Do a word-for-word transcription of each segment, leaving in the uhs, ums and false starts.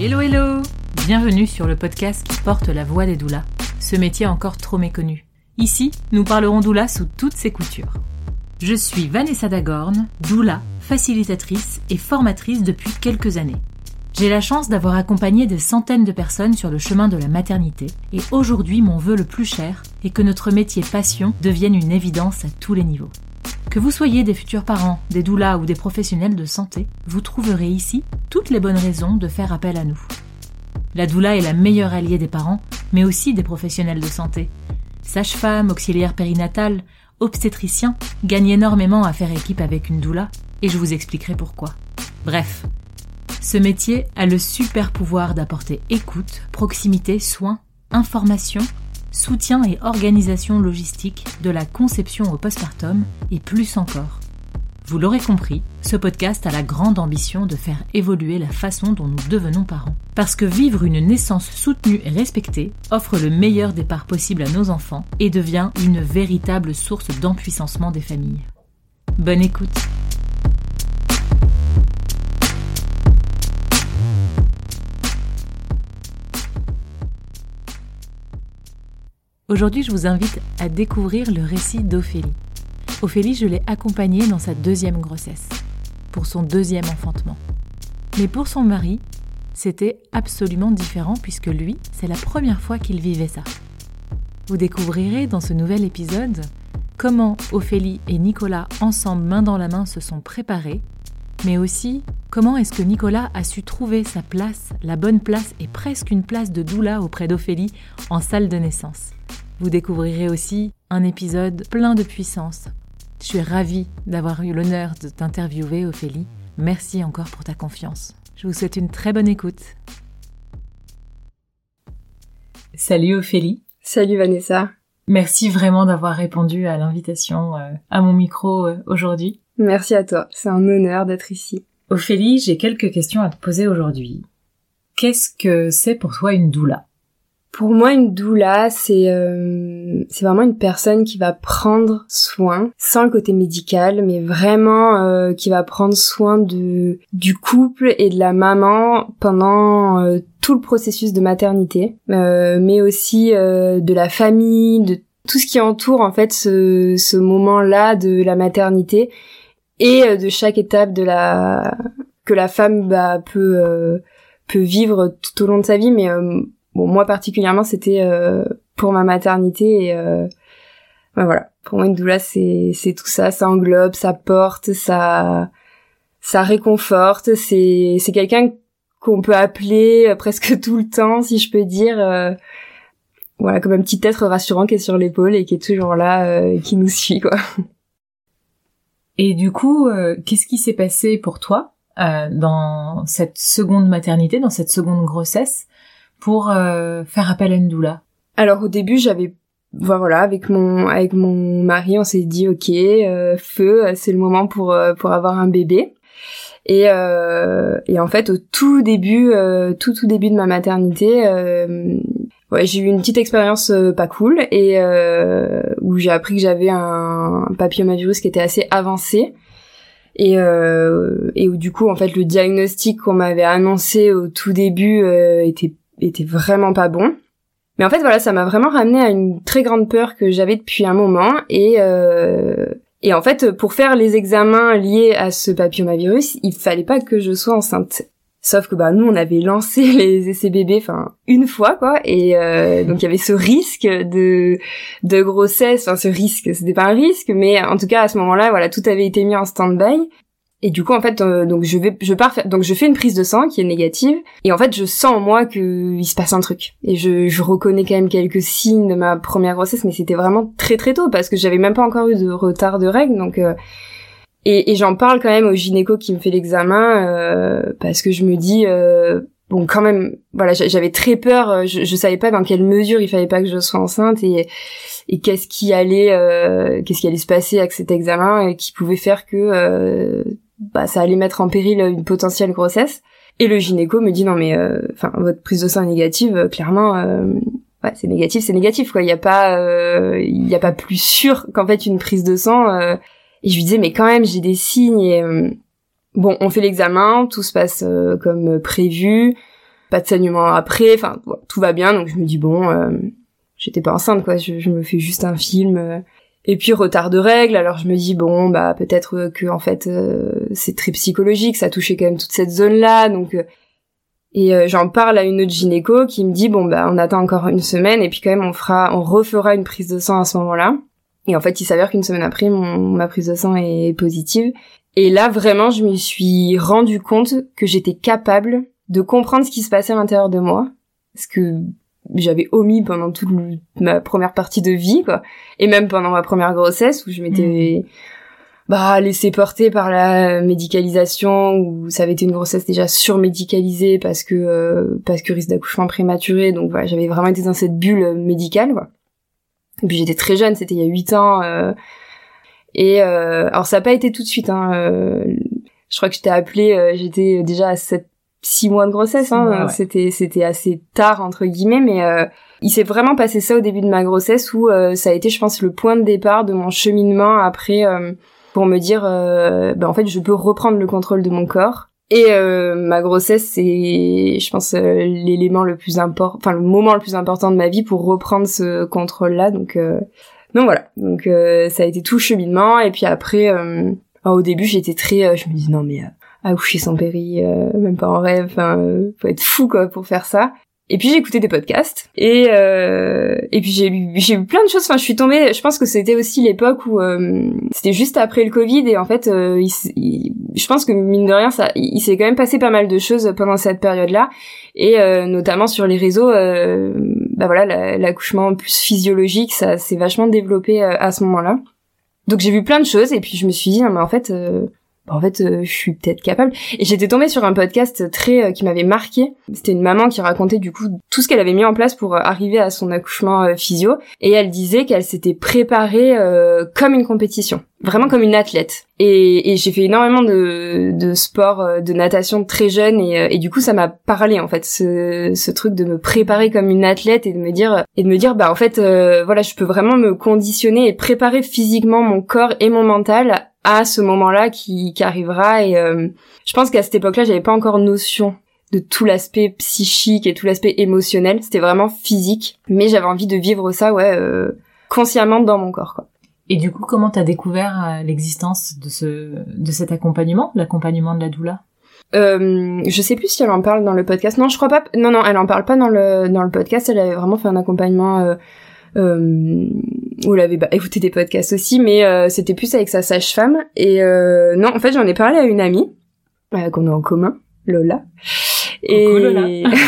Hello hello! Bienvenue sur le podcast qui porte la voix des doulas, ce métier encore trop méconnu. Ici, nous parlerons doula sous toutes ses coutures. Je suis Vanessa Dagorn, doula, facilitatrice et formatrice depuis quelques années. J'ai la chance d'avoir accompagné des centaines de personnes sur le chemin de la maternité et aujourd'hui mon vœu le plus cher est que notre métier passion devienne une évidence à tous les niveaux. Que vous soyez des futurs parents, des doulas ou des professionnels de santé, vous trouverez ici toutes les bonnes raisons de faire appel à nous. La doula est la meilleure alliée des parents, mais aussi des professionnels de santé. Sages-femmes, auxiliaires périnatales, obstétriciens gagnent énormément à faire équipe avec une doula, et je vous expliquerai pourquoi. Bref, ce métier a le super pouvoir d'apporter écoute, proximité, soins, information, soutien et organisation logistique de la conception au postpartum et plus encore. Vous l'aurez compris, ce podcast a la grande ambition de faire évoluer la façon dont nous devenons parents. Parce que vivre une naissance soutenue et respectée offre le meilleur départ possible à nos enfants et devient une véritable source d'empuissancement des familles. Bonne écoute! Aujourd'hui, je vous invite à découvrir le récit d'Ophélie. Ophélie, je l'ai accompagnée dans sa deuxième grossesse, pour son deuxième enfantement. Mais pour son mari, c'était absolument différent puisque lui, c'est la première fois qu'il vivait ça. Vous découvrirez dans ce nouvel épisode comment Ophélie et Nicolas, ensemble main dans la main, se sont préparés, mais aussi comment est-ce que Nicolas a su trouver sa place, la bonne place et presque une place de doula auprès d'Ophélie en salle de naissance. Vous découvrirez aussi un épisode plein de puissance. Je suis ravie d'avoir eu l'honneur de t'interviewer, Ophélie. Merci encore pour ta confiance. Je vous souhaite une très bonne écoute. Salut Ophélie. Salut Vanessa. Merci vraiment d'avoir répondu à l'invitation euh, à mon micro euh, aujourd'hui. Merci à toi, c'est un honneur d'être ici. Ophélie, j'ai quelques questions à te poser aujourd'hui. Qu'est-ce que c'est pour toi une doula ? Pour moi, une doula, c'est euh, c'est vraiment une personne qui va prendre soin, sans le côté médical, mais vraiment euh, qui va prendre soin de du couple et de la maman pendant euh, tout le processus de maternité, euh, mais aussi euh, de la famille, de tout ce qui entoure en fait ce ce moment-là de la maternité et euh, de chaque étape de la que la femme bah, peut euh, peut vivre tout au long de sa vie, mais euh, bon, moi particulièrement, c'était euh, pour ma maternité et euh, ben voilà. Pour moi, une doula, c'est c'est tout ça. Ça englobe, ça porte, ça ça réconforte. C'est c'est quelqu'un qu'on peut appeler euh, presque tout le temps, si je peux dire. Euh, voilà, comme un petit être rassurant qui est sur l'épaule et qui est toujours là, euh, qui nous suit, quoi. Et du coup, euh, qu'est-ce qui s'est passé pour toi euh, dans cette seconde maternité, dans cette seconde grossesse, pour euh, faire appel à une doula? Alors au début, j'avais voilà, avec mon avec mon mari, on s'est dit OK, euh, feu, c'est le moment pour euh, pour avoir un bébé. Et euh, et en fait, au tout début euh, tout tout début de ma maternité, euh, ouais, j'ai eu une petite expérience euh, pas cool et euh, où j'ai appris que j'avais un papillomavirus qui était assez avancé. Et euh, et où du coup en fait le diagnostic qu'on m'avait annoncé au tout début euh, était était vraiment pas bon. Mais en fait voilà, ça m'a vraiment ramené à une très grande peur que j'avais depuis un moment et euh, et en fait pour faire les examens liés à ce papillomavirus, il fallait pas que je sois enceinte. Sauf que bah nous on avait lancé les essais bébés enfin une fois quoi et euh, donc il y avait ce risque de de grossesse, enfin ce risque, c'était pas un risque mais en tout cas à ce moment-là voilà, tout avait été mis en stand-by. Et du coup en fait euh, donc je vais je pars faire, donc je fais une prise de sang qui est négative et en fait je sens en moi que il se passe un truc et je je reconnais quand même quelques signes de ma première grossesse mais c'était vraiment très très tôt parce que j'avais même pas encore eu de retard de règles donc euh, et et j'en parle quand même au gynéco qui me fait l'examen euh, parce que je me dis euh, bon quand même voilà j'avais très peur, je je savais pas dans quelle mesure il fallait pas que je sois enceinte et et qu'est-ce qui allait euh, qu'est-ce qui allait se passer avec cet examen et qui pouvait faire que euh, bah ça allait mettre en péril une potentielle grossesse. Et le gynéco me dit non mais enfin euh, votre prise de sang est négative, euh, clairement euh, ouais c'est négatif c'est négatif quoi, il y a pas euh, il y a pas plus sûr qu'en fait une prise de sang euh, et je lui disais mais quand même j'ai des signes et euh, bon on fait l'examen, tout se passe euh, comme prévu. pas de saignement après, enfin voilà, tout va bien, donc je me dis bon, euh, j'étais pas enceinte quoi, je, je me fais juste un film. Euh, et puis retard de règles, alors je me dis bon bah peut-être que en fait euh, c'est très psychologique, ça touchait quand même toute cette zone là, donc euh, et euh, j'en parle à une autre gynéco qui me dit bon bah on attend encore une semaine et puis quand même on fera, on refera une prise de sang à ce moment-là. Et en fait il s'avère qu'une semaine après mon, ma prise de sang est positive. Et là vraiment je me suis rendu compte que j'étais capable de comprendre ce qui se passait à l'intérieur de moi, parce que j'avais omis pendant toute le, ma première partie de vie quoi, et même pendant ma première grossesse où je m'étais mmh. bah laissée porter par la médicalisation, où ça avait été une grossesse déjà surmédicalisée parce que euh, parce que risque d'accouchement prématuré, donc voilà, j'avais vraiment été dans cette bulle médicale quoi. Et puis j'étais très jeune, c'était il y a huit ans euh, et euh, alors ça a pas été tout de suite hein, euh, je crois que j'étais appelée euh, j'étais déjà à sept six mois de grossesse, hein, mois, ouais. c'était c'était assez tard entre guillemets, mais euh, il s'est vraiment passé ça au début de ma grossesse où euh, ça a été, je pense, le point de départ de mon cheminement après euh, pour me dire, euh, bah en fait, je peux reprendre le contrôle de mon corps. Et euh, ma grossesse, c'est, je pense, euh, l'élément le plus important, enfin le moment le plus important de ma vie pour reprendre ce contrôle-là. Donc, euh, donc voilà. Donc euh, ça a été tout cheminement. Et puis après, euh, alors, au début, j'étais très, euh, je me dis non mais euh, accoucher sans péri, euh, même pas en rêve, enfin, euh, faut être fou quoi pour faire ça. Et puis j'ai écouté des podcasts et euh, et puis j'ai lu j'ai lu plein de choses. Enfin, je suis tombée. Je pense que c'était aussi l'époque où euh, c'était juste après le Covid et en fait, euh, il, il, je pense que mine de rien, ça, il, il s'est quand même passé pas mal de choses pendant cette période-là et euh, notamment sur les réseaux. Euh, bah voilà, la, l'accouchement plus physiologique, ça s'est vachement développé euh, à ce moment-là. Donc j'ai vu plein de choses et puis je me suis dit non mais en fait. Euh, En fait, euh, je suis peut-être capable. Et j'étais tombée sur un podcast très euh, qui m'avait marqué. C'était une maman qui racontait du coup tout ce qu'elle avait mis en place pour euh, arriver à son accouchement euh, physio. Et elle disait qu'elle s'était préparée euh, comme une compétition, vraiment comme une athlète. Et, et j'ai fait énormément de, de sport, euh, de natation très jeune, et, euh, et du coup ça m'a parlé en fait, ce, ce truc de me préparer comme une athlète et de me dire et de me dire bah en fait euh, voilà, je peux vraiment me conditionner et préparer physiquement mon corps et mon mental à ce moment-là qui, qui arrivera. Et euh, je pense qu'à cette époque-là, j'avais pas encore notion de tout l'aspect psychique et tout l'aspect émotionnel. C'était vraiment physique, mais j'avais envie de vivre ça, ouais, euh, consciemment dans mon corps, quoi. Et du coup, comment t'as découvert euh, l'existence de ce de cet accompagnement, l'accompagnement de la doula? Euh, je sais plus si elle en parle dans le podcast. Non, je crois pas. Non, non, elle en parle pas dans le dans le podcast. Elle avait vraiment fait un accompagnement. Euh, Euh, où elle avait bah, écouté des podcasts aussi, mais euh, c'était plus avec sa sage-femme. Et euh, non, en fait, j'en ai parlé à une amie euh, qu'on a en commun, Lola. Et Coucou, Lola.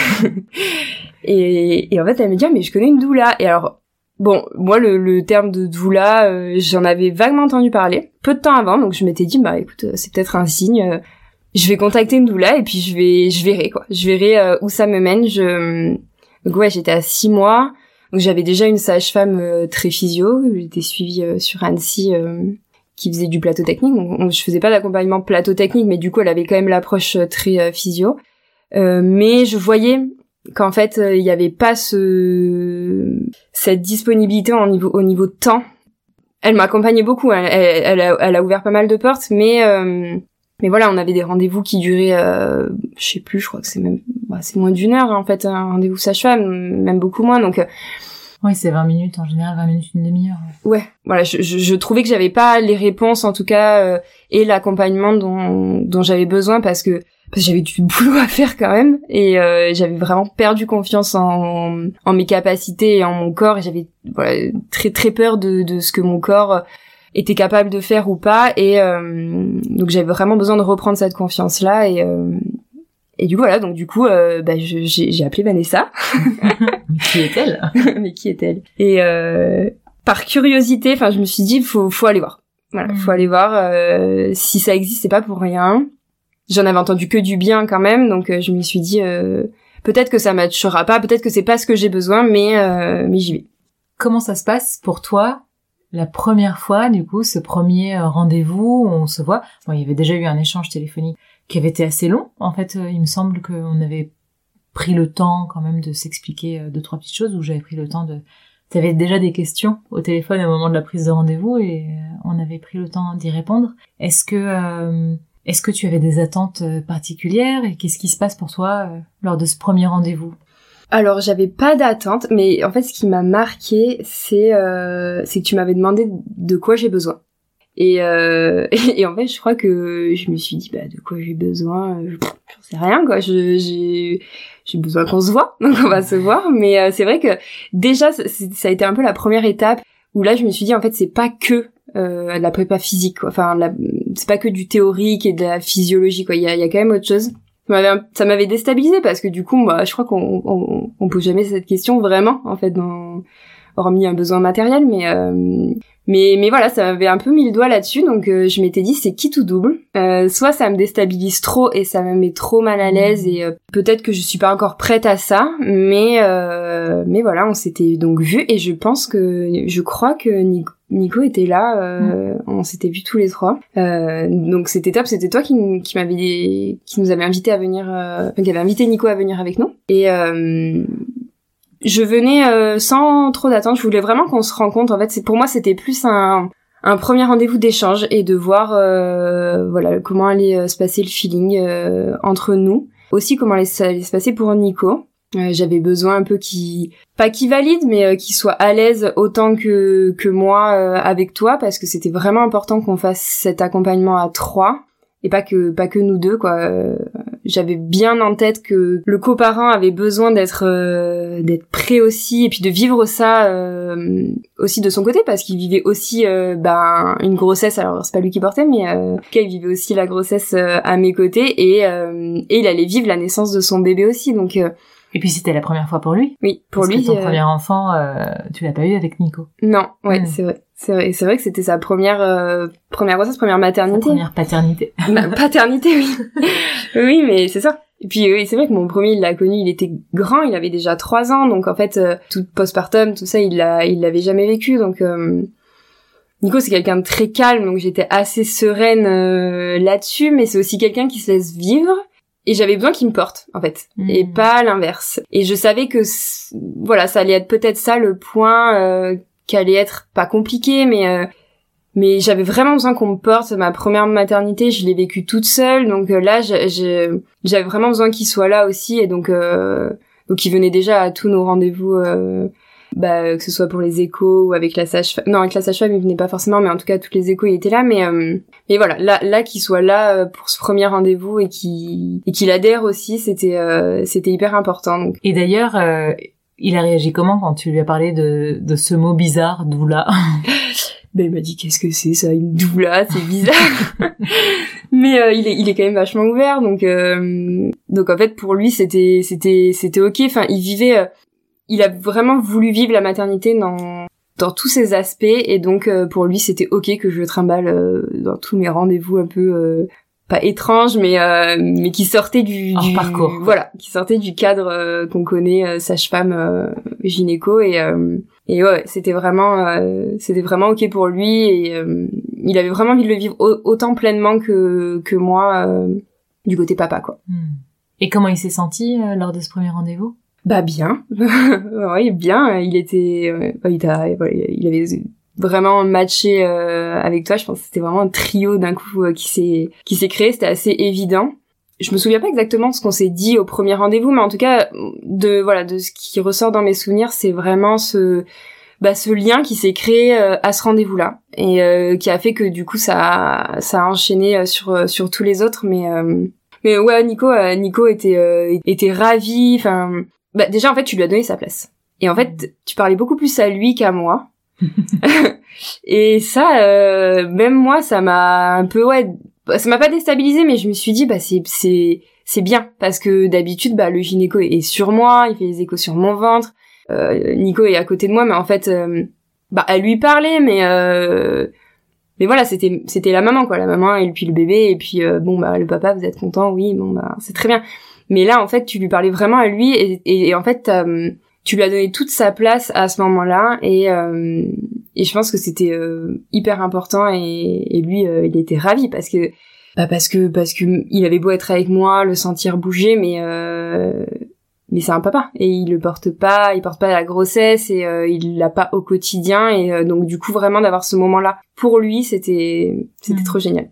et, et en fait, elle me dit ah, mais je connais une doula. Et alors, bon, moi, le, le terme de doula, euh, j'en avais vaguement entendu parler peu de temps avant, donc je m'étais dit bah écoute, c'est peut-être un signe. Euh, je vais contacter une doula et puis je vais, je verrai quoi. Je verrai euh, où ça me mène. Je donc ouais, j'étais à six mois. Donc j'avais déjà une sage-femme euh, très physio, j'étais suivie euh, sur Annecy euh, qui faisait du plateau technique. Donc on, je faisais pas d'accompagnement plateau technique, mais du coup elle avait quand même l'approche euh, très euh, physio. Euh, mais je voyais qu'en fait il euh, y avait pas ce cette disponibilité au niveau au niveau de temps. Elle m'accompagnait beaucoup, elle, elle, elle, a, elle a ouvert pas mal de portes, mais euh, mais voilà, on avait des rendez-vous qui duraient, euh, je sais plus, je crois que c'est même, bah, c'est moins d'une heure hein, en fait, un rendez-vous sage-femme, même beaucoup moins. Donc, euh, oui, c'est vingt minutes en général, vingt minutes, une demi-heure. Ouais, voilà, je, je, je trouvais que j'avais pas les réponses en tout cas euh, et l'accompagnement dont dont j'avais besoin parce que parce que j'avais du boulot à faire quand même et euh, j'avais vraiment perdu confiance en en mes capacités et en mon corps et j'avais voilà, très très peur de de ce que mon corps était capable de faire ou pas et euh, donc j'avais vraiment besoin de reprendre cette confiance là et euh, et du coup voilà donc du coup euh, bah je, j'ai j'ai appelé Vanessa. Mais qui est-elle? Mais qui est-elle? Et euh, par curiosité, enfin je me suis dit faut faut aller voir. Voilà, mmh. faut aller voir euh, si ça existe, c'est pas pour rien. J'en avais entendu que du bien quand même, donc euh, je me suis dit euh, peut-être que ça matchera pas, peut-être que c'est pas ce que j'ai besoin, mais euh, mais j'y vais. Comment ça se passe pour toi la première fois, du coup, ce premier rendez-vous où on se voit? Bon, il y avait déjà eu un échange téléphonique qui avait été assez long. En fait, il me semble qu'on avait pris le temps quand même de s'expliquer deux, trois petites choses, où j'avais pris le temps de... T'avais déjà des questions au téléphone au moment de la prise de rendez-vous et on avait pris le temps d'y répondre. Est-ce que... Euh... Est-ce que tu avais des attentes particulières et qu'est-ce qui se passe pour toi euh, lors de ce premier rendez-vous? Alors j'avais pas d'attente, mais en fait ce qui m'a marqué c'est euh, c'est que tu m'avais demandé de quoi j'ai besoin. Et, euh, et, et en fait je crois que je me suis dit bah de quoi j'ai besoin, je, j'en sais rien quoi. Je, j'ai j'ai besoin qu'on se voit, donc on va se voir. Mais euh, c'est vrai que déjà ça, ça a été un peu la première étape où là je me suis dit en fait c'est pas que euh, de la prépa physique quoi. Enfin la, c'est pas que du théorique et de la physiologie quoi. Il y a il y a quand même autre chose. Ça m'avait, ça m'avait déstabilisé parce que du coup, bah, je crois qu'on on, on pose jamais cette question vraiment, en fait, dans, hormis un besoin matériel, mais euh, mais mais voilà, ça m'avait un peu mis le doigt là-dessus, donc euh, je m'étais dit c'est quitte ou double. Euh, soit ça me déstabilise trop et ça me met trop mal à l'aise et euh, peut-être que je suis pas encore prête à ça, mais euh, mais voilà, on s'était donc vu et je pense que je crois que Nico Nico était là, euh, mmh. on s'était vus tous les trois. Euh, donc c'était top, c'était toi qui, qui m'avait, qui nous avait invité à venir, euh, qui avait invité Nico à venir avec nous. Et euh, je venais euh, sans trop d'attente. Je voulais vraiment qu'on se rencontre. En fait, c'est pour moi c'était plus un, un premier rendez-vous d'échange et de voir, euh, voilà, comment allait se passer le feeling euh, entre nous. Aussi comment allait, allait se passer pour Nico. Euh, j'avais besoin un peu qu'il, pas qu'il valide, mais euh, qu'il soit à l'aise autant que que moi euh, avec toi, parce que c'était vraiment important qu'on fasse cet accompagnement à trois et pas que pas que nous deux quoi. Euh, j'avais bien en tête que le coparent avait besoin d'être euh, d'être prêt aussi et puis de vivre ça euh, aussi de son côté parce qu'il vivait aussi euh, ben une grossesse. Alors c'est pas lui qui portait, mais euh, il vivait aussi la grossesse euh, à mes côtés et euh, et il allait vivre la naissance de son bébé aussi donc. Euh, Et puis c'était la première fois pour lui. Oui, pour Parce lui. Que ton euh... premier enfant, euh, tu l'as pas eu avec Nico. Non, ouais, mmh. c'est vrai, c'est vrai, c'est vrai que c'était sa première euh, première grossesse, première maternité. Sa première paternité. Ma paternité, oui. Oui, mais c'est ça. Et puis oui, c'est vrai que mon premier, il l'a connu, il était grand, il avait déjà trois ans, donc en fait, euh, tout postpartum, tout ça, il l'a, il l'avait jamais vécu, donc. Euh... Nico, c'est quelqu'un de très calme, donc j'étais assez sereine euh, là-dessus, mais c'est aussi quelqu'un qui se laisse vivre. Et j'avais besoin qu'il me porte, en fait, mmh. et pas l'inverse. Et je savais que, voilà, ça allait être peut-être ça le point euh, qui allait être pas compliqué, mais euh, mais j'avais vraiment besoin qu'on me porte. Ma première maternité, je l'ai vécue toute seule, donc euh, là, je, je, j'avais vraiment besoin qu'il soit là aussi, et donc euh, donc il venait déjà à tous nos rendez-vous. Euh, bah que ce soit pour les échos ou avec la sage-femme. Non, avec la sage-femme, il venait pas forcément, mais en tout cas, toutes les échos, il était là. Mais euh, mais voilà, là, là, qu'il soit là euh, pour ce premier rendez-vous et qu'il et qu'il adhère aussi, c'était euh, c'était hyper important. Donc. Et d'ailleurs, euh, il a réagi comment quand tu lui as parlé de de ce mot bizarre, doula? Ben il m'a dit qu'est-ce que c'est ça, une doula, c'est bizarre. Mais euh, il est il est quand même vachement ouvert, donc euh, donc en fait pour lui c'était c'était c'était ok. Enfin, il vivait. Euh, Il a vraiment voulu vivre la maternité dans dans tous ses aspects et donc euh, pour lui c'était ok que je le trimballe euh, dans tous mes rendez-vous un peu euh, pas étranges mais euh, mais qui sortaient du, Hors du parcours. Voilà, qui sortaient du cadre euh, qu'on connaît euh, sage-femme euh, gynéco et euh, et ouais c'était vraiment euh, c'était vraiment ok pour lui et euh, il avait vraiment envie de le vivre au- autant pleinement que que moi euh, du côté papa quoi. Et comment il s'est senti euh, lors de ce premier rendez-vous? Bah bien, oui bien. Il était, euh, il, t'a, il avait vraiment matché euh, avec toi. Je pense que c'était vraiment un trio d'un coup euh, qui s'est qui s'est créé. C'était assez évident. Je me souviens pas exactement de ce qu'on s'est dit au premier rendez-vous, mais en tout cas de voilà de ce qui ressort dans mes souvenirs, c'est vraiment ce bah ce lien qui s'est créé euh, à ce rendez-vous-là et euh, qui a fait que du coup ça ça a enchaîné sur sur tous les autres. Mais euh, mais ouais, Nico euh, Nico était euh, était ravi. Enfin. Bah déjà en fait tu lui as donné sa place et en fait tu parlais beaucoup plus à lui qu'à moi et ça euh, même moi ça m'a un peu ouais ça m'a pas déstabilisé mais je me suis dit bah c'est c'est c'est bien parce que d'habitude bah le gynéco est sur moi, il fait les échos sur mon ventre, euh, Nico est à côté de moi mais en fait euh, bah elle lui parlait mais euh, mais voilà c'était c'était la maman quoi, la maman et puis le bébé et puis euh, bon bah le papa vous êtes content, oui bon bah c'est très bien. Mais là, en fait, tu lui parlais vraiment à lui et, et, et en fait, euh, tu lui as donné toute sa place à ce moment-là et, euh, et je pense que c'était euh, hyper important et, et lui, euh, il était ravi parce que bah parce que parce que il avait beau être avec moi, le sentir bouger, mais euh, mais c'est un papa et il le porte pas, il porte pas la grossesse et euh, il l'a pas au quotidien et euh, donc du coup vraiment d'avoir ce moment-là pour lui, c'était c'était mmh. trop génial.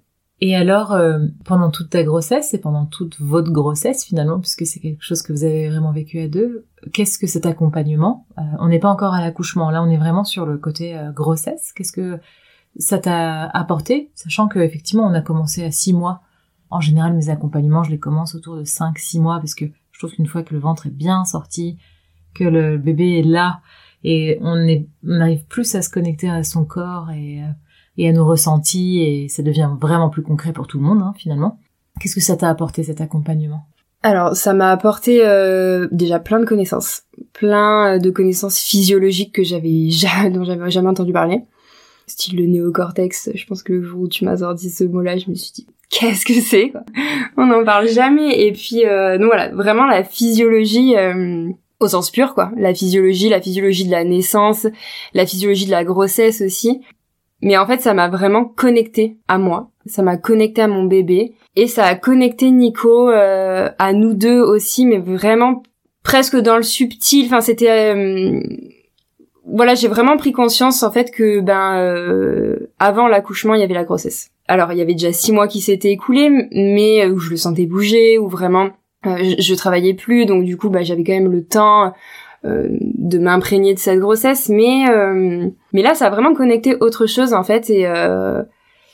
Et alors, euh, pendant toute ta grossesse et pendant toute votre grossesse finalement, puisque c'est quelque chose que vous avez vraiment vécu à deux, qu'est-ce que cet accompagnement, euh, on n'est pas encore à l'accouchement, là on est vraiment sur le côté euh, grossesse, qu'est-ce que ça t'a apporté, sachant que effectivement on a commencé à six mois. En général, mes accompagnements, je les commence autour de cinq six mois, parce que je trouve qu'une fois que le ventre est bien sorti, que le bébé est là, et on est, on arrive plus à se connecter à son corps et, et à nos ressentis, et ça devient vraiment plus concret pour tout le monde, hein, finalement. Qu'est-ce que ça t'a apporté, cet accompagnement ? Alors, ça m'a apporté euh, déjà plein de connaissances, plein de connaissances physiologiques que j'avais jamais, dont j'avais jamais entendu parler. Style le néocortex, je pense que le jour où tu m'as sorti ce mot-là, je me suis dit, qu'est-ce que c'est, quoi ? On n'en parle jamais. Et puis, euh, donc voilà, vraiment la physiologie euh, au sens pur, quoi. La physiologie, la physiologie de la naissance, la physiologie de la grossesse aussi. Mais en fait, ça m'a vraiment connectée à moi. Ça m'a connectée à mon bébé. Et ça a connecté Nico euh, à nous deux aussi, mais vraiment presque dans le subtil. Enfin, c'était... Euh, voilà, j'ai vraiment pris conscience, en fait, que ben euh, avant l'accouchement, il y avait la grossesse. Alors, il y avait déjà six mois qui s'étaient écoulés, mais où je le sentais bouger, où vraiment euh, je, je travaillais plus, donc du coup, bah, j'avais quand même le temps... Euh, de m'imprégner de cette grossesse, mais euh, mais là ça a vraiment connecté autre chose en fait, et euh,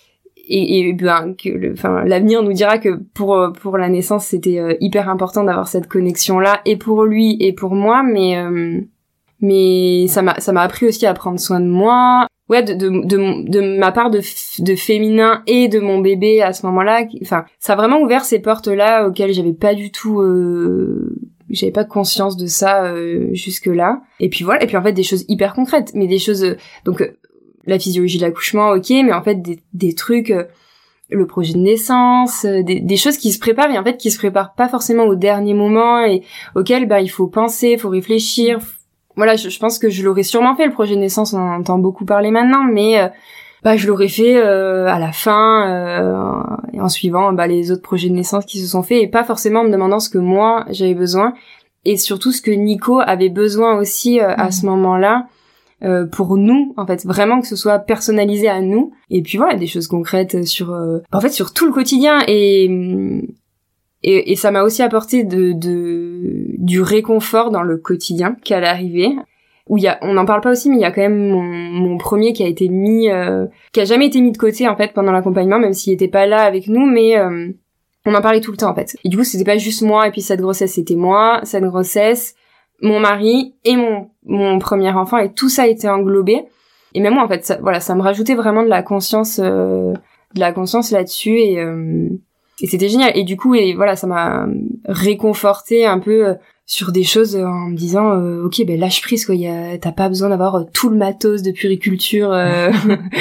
et, et ben que le, enfin l'avenir nous dira que pour pour la naissance c'était euh, hyper important d'avoir cette connexion là, et pour lui et pour moi, mais euh, mais ça m'a ça m'a appris aussi à prendre soin de moi, ouais, de de de, de ma part de de féminin et de mon bébé à ce moment-là. Enfin, ça a vraiment ouvert ces portes là auxquelles j'avais pas du tout euh, j'avais pas conscience de ça euh, jusque là. Et puis voilà, et puis en fait des choses hyper concrètes, mais des choses euh, donc euh, la physiologie de l'accouchement, ok, mais en fait des des trucs euh, le projet de naissance, euh, des des choses qui se préparent, et en fait qui se préparent pas forcément au dernier moment, et auxquelles bah il faut penser, faut réfléchir. Voilà, je, je pense que je l'aurais sûrement fait, le projet de naissance, on en entend beaucoup parler maintenant, mais euh, bah je l'aurais fait euh, à la fin euh, et en suivant bah les autres projets de naissance qui se sont faits, et pas forcément en me demandant ce que moi j'avais besoin, et surtout ce que Nico avait besoin aussi euh, mmh. à ce moment-là euh, pour nous, en fait, vraiment que ce soit personnalisé à nous. Et puis voilà, des choses concrètes sur euh, en fait sur tout le quotidien, et et, et ça m'a aussi apporté de, de du réconfort dans le quotidien qu'à l'arrivée. Où il y a, on n'en parle pas aussi, mais il y a quand même mon, mon premier qui a été mis, euh, qui a jamais été mis de côté en fait pendant l'accompagnement, même s'il était pas là avec nous, mais euh, on en parlait tout le temps en fait. Et du coup, c'était pas juste moi et puis cette grossesse, c'était moi, cette grossesse, mon mari et mon mon premier enfant, et tout ça a été englobé. Et même moi en fait, ça, voilà, ça me rajoutait vraiment de la conscience, euh, de la conscience là-dessus, et euh, et c'était génial. Et du coup, et voilà, ça m'a réconforté un peu. Euh, sur des choses en me disant euh, ok, ben lâche prise, quoi, y a, t'as pas besoin d'avoir euh, tout le matos de puriculture euh,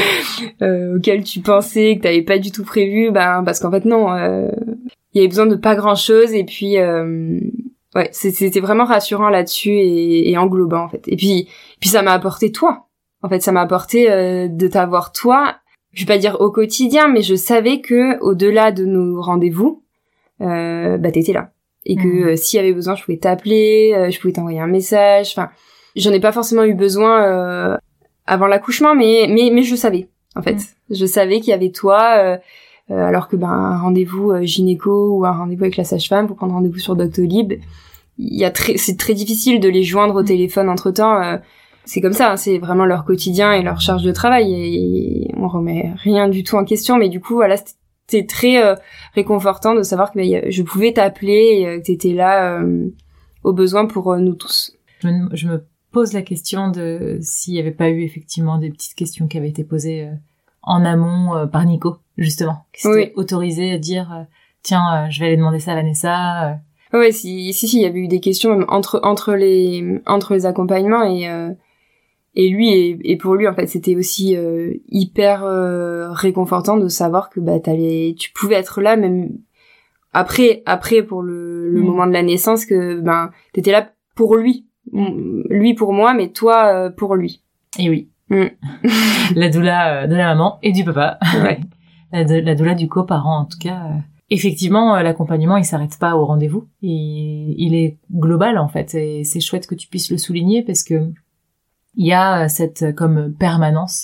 euh, auquel tu pensais, que t'avais pas du tout prévu, ben parce qu'en fait non, il euh, y avait besoin de pas grand chose, et puis euh, ouais, c'était vraiment rassurant là-dessus, et, et englobant en fait. Et puis puis ça m'a apporté toi, en fait ça m'a apporté euh, de t'avoir toi, je vais pas dire au quotidien, mais je savais que au-delà de nos rendez-vous, euh, bah t'étais là. Et que mmh. euh, s'il y avait besoin, je pouvais t'appeler, euh, je pouvais t'envoyer un message. Enfin, j'en ai pas forcément eu besoin euh, avant l'accouchement, mais mais mais je savais en fait. Mmh. Je savais qu'il y avait toi, euh, euh, alors que ben un rendez-vous euh, gynéco ou un rendez-vous avec la sage-femme pour prendre rendez-vous sur Doctolib, il y a très, c'est très difficile de les joindre au mmh. téléphone entre temps. Euh, c'est comme ça, hein, c'est vraiment leur quotidien et leur charge de travail, et, et on remet rien du tout en question. Mais du coup, voilà. C'était c'est très euh, réconfortant de savoir que bah, je pouvais t'appeler et euh, que t'étais là euh, au besoin pour euh, nous tous. Je me, je me pose la question de s'il n'y avait pas eu effectivement des petites questions qui avaient été posées euh, en amont euh, par Nico, justement, qui s'était oui. autorisé à dire euh, tiens, euh, je vais aller demander ça à Vanessa. Euh. Ouais, si, si, si, il y avait eu des questions même entre entre les entre les accompagnements, et euh, Et lui, et, et pour lui, en fait, c'était aussi euh, hyper euh, réconfortant de savoir que bah t'allais, tu pouvais être là même après, après pour le, le mmh. moment de la naissance, que ben t'étais là pour lui, lui pour moi, mais toi euh, pour lui. Et oui, mmh. la doula de la maman et du papa, ouais. la, la doula du coparent en tout cas. Euh... Effectivement, l'accompagnement, il s'arrête pas au rendez-vous, il, il est global en fait, et c'est chouette que tu puisses le souligner, parce que il y a cette comme permanence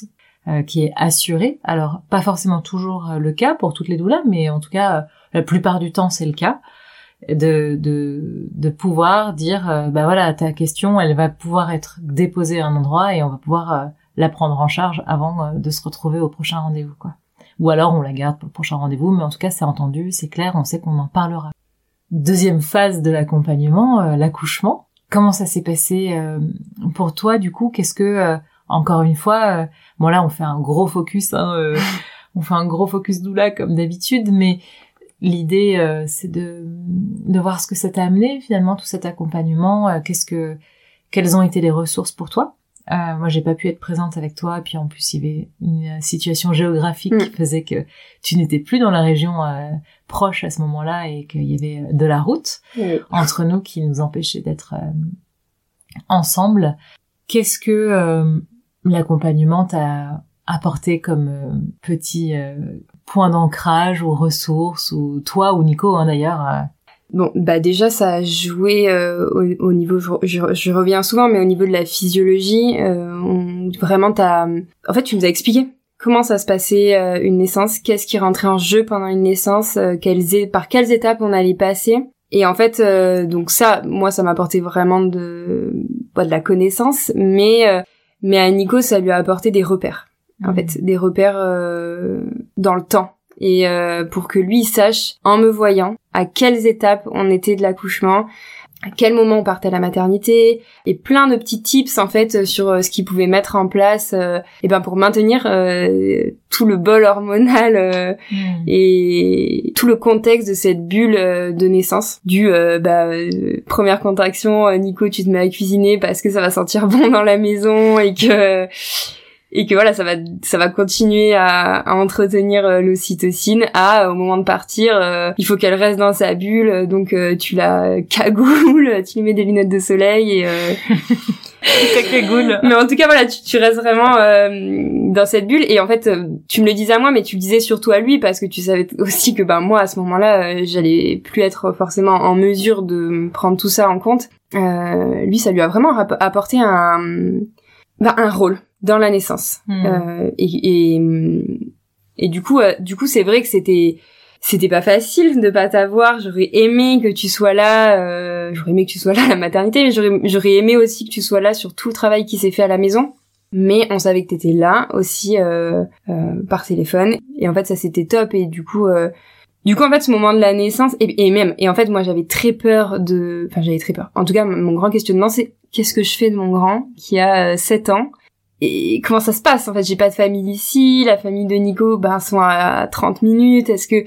euh, qui est assurée. Alors pas forcément toujours le cas pour toutes les doulas, mais en tout cas euh, la plupart du temps c'est le cas. De, de, de pouvoir dire, euh, bah voilà, ta question, elle va pouvoir être déposée à un endroit et on va pouvoir euh, la prendre en charge avant euh, de se retrouver au prochain rendez-vous, quoi. Ou alors on la garde pour le prochain rendez-vous, mais en tout cas c'est entendu, c'est clair, on sait qu'on en parlera. Deuxième phase de l'accompagnement, euh, l'accouchement. Comment ça s'est passé euh, pour toi, du coup? Qu'est-ce que, euh, encore une fois, euh, bon là on fait un gros focus, hein, euh, on fait un gros focus doula comme d'habitude, mais l'idée, euh, c'est de, de voir ce que ça t'a amené, finalement, tout cet accompagnement. Euh, qu'est-ce que, quelles ont été les ressources pour toi? Euh, moi, j'ai pas pu être présente avec toi, et puis en plus, il y avait une situation géographique mmh. qui faisait que tu n'étais plus dans la région euh, proche à ce moment-là, et qu'il y avait de la route mmh. entre nous qui nous empêchait d'être euh, ensemble. Qu'est-ce que euh, l'accompagnement t'a apporté comme euh, petit euh, point d'ancrage ou ressources, ou toi ou Nico hein, d'ailleurs euh... Bon, bah déjà ça a joué euh, au, au niveau, je, je, je reviens souvent, mais au niveau de la physiologie, euh, on, vraiment t'as, en fait tu nous as expliqué comment ça se passait euh, une naissance, qu'est-ce qui rentrait en jeu pendant une naissance, euh, quelles, par quelles étapes on allait passer. Et en fait, euh, donc ça, moi ça m'a apporté vraiment de, bah, de la connaissance, mais euh, mais à Nico ça lui a apporté des repères. En mmh. fait, des repères euh, dans le temps. Et euh, pour que lui, il sache, en me voyant, à quelles étapes on était de l'accouchement, à quel moment on partait à la maternité, et plein de petits tips, en fait, sur euh, ce qu'il pouvait mettre en place euh, et ben pour maintenir euh, tout le bol hormonal euh, mmh. et tout le contexte de cette bulle euh, de naissance. Du, euh, bah, euh, première contraction, euh, Nico, tu te mets à cuisiner parce que ça va sentir bon dans la maison, et que... et que voilà, ça va ça va continuer à, à entretenir euh, l'ocytocine, à au moment de partir, euh, il faut qu'elle reste dans sa bulle, donc euh, tu la cagoules, tu lui mets des lunettes de soleil et euh... ta cagoule. Mais en tout cas voilà, tu, tu restes vraiment euh, dans cette bulle, et en fait euh, tu me le disais à moi, mais tu le disais surtout à lui parce que tu savais aussi que ben moi à ce moment-là, euh, j'allais plus être forcément en mesure de prendre tout ça en compte. Euh, lui, ça lui a vraiment rap- apporté un ben, un rôle dans la naissance. Mmh. Euh, et, et, et du coup, euh, du coup, c'est vrai que c'était, c'était pas facile de pas t'avoir. J'aurais aimé que tu sois là, euh, j'aurais aimé que tu sois là à la maternité, mais j'aurais, j'aurais aimé aussi que tu sois là sur tout le travail qui s'est fait à la maison. Mais on savait que t'étais là aussi, euh, euh, par téléphone. Et en fait, ça c'était top. Et du coup, euh, du coup, en fait, ce moment de la naissance, et, et même, et en fait, moi, j'avais très peur de, enfin, j'avais très peur. En tout cas, mon grand questionnement, c'est qu'est-ce que je fais de mon grand qui a euh, sept ans? Et comment ça se passe? En fait, j'ai pas de famille ici, la famille de Nico, ben, sont à trente minutes. Est-ce que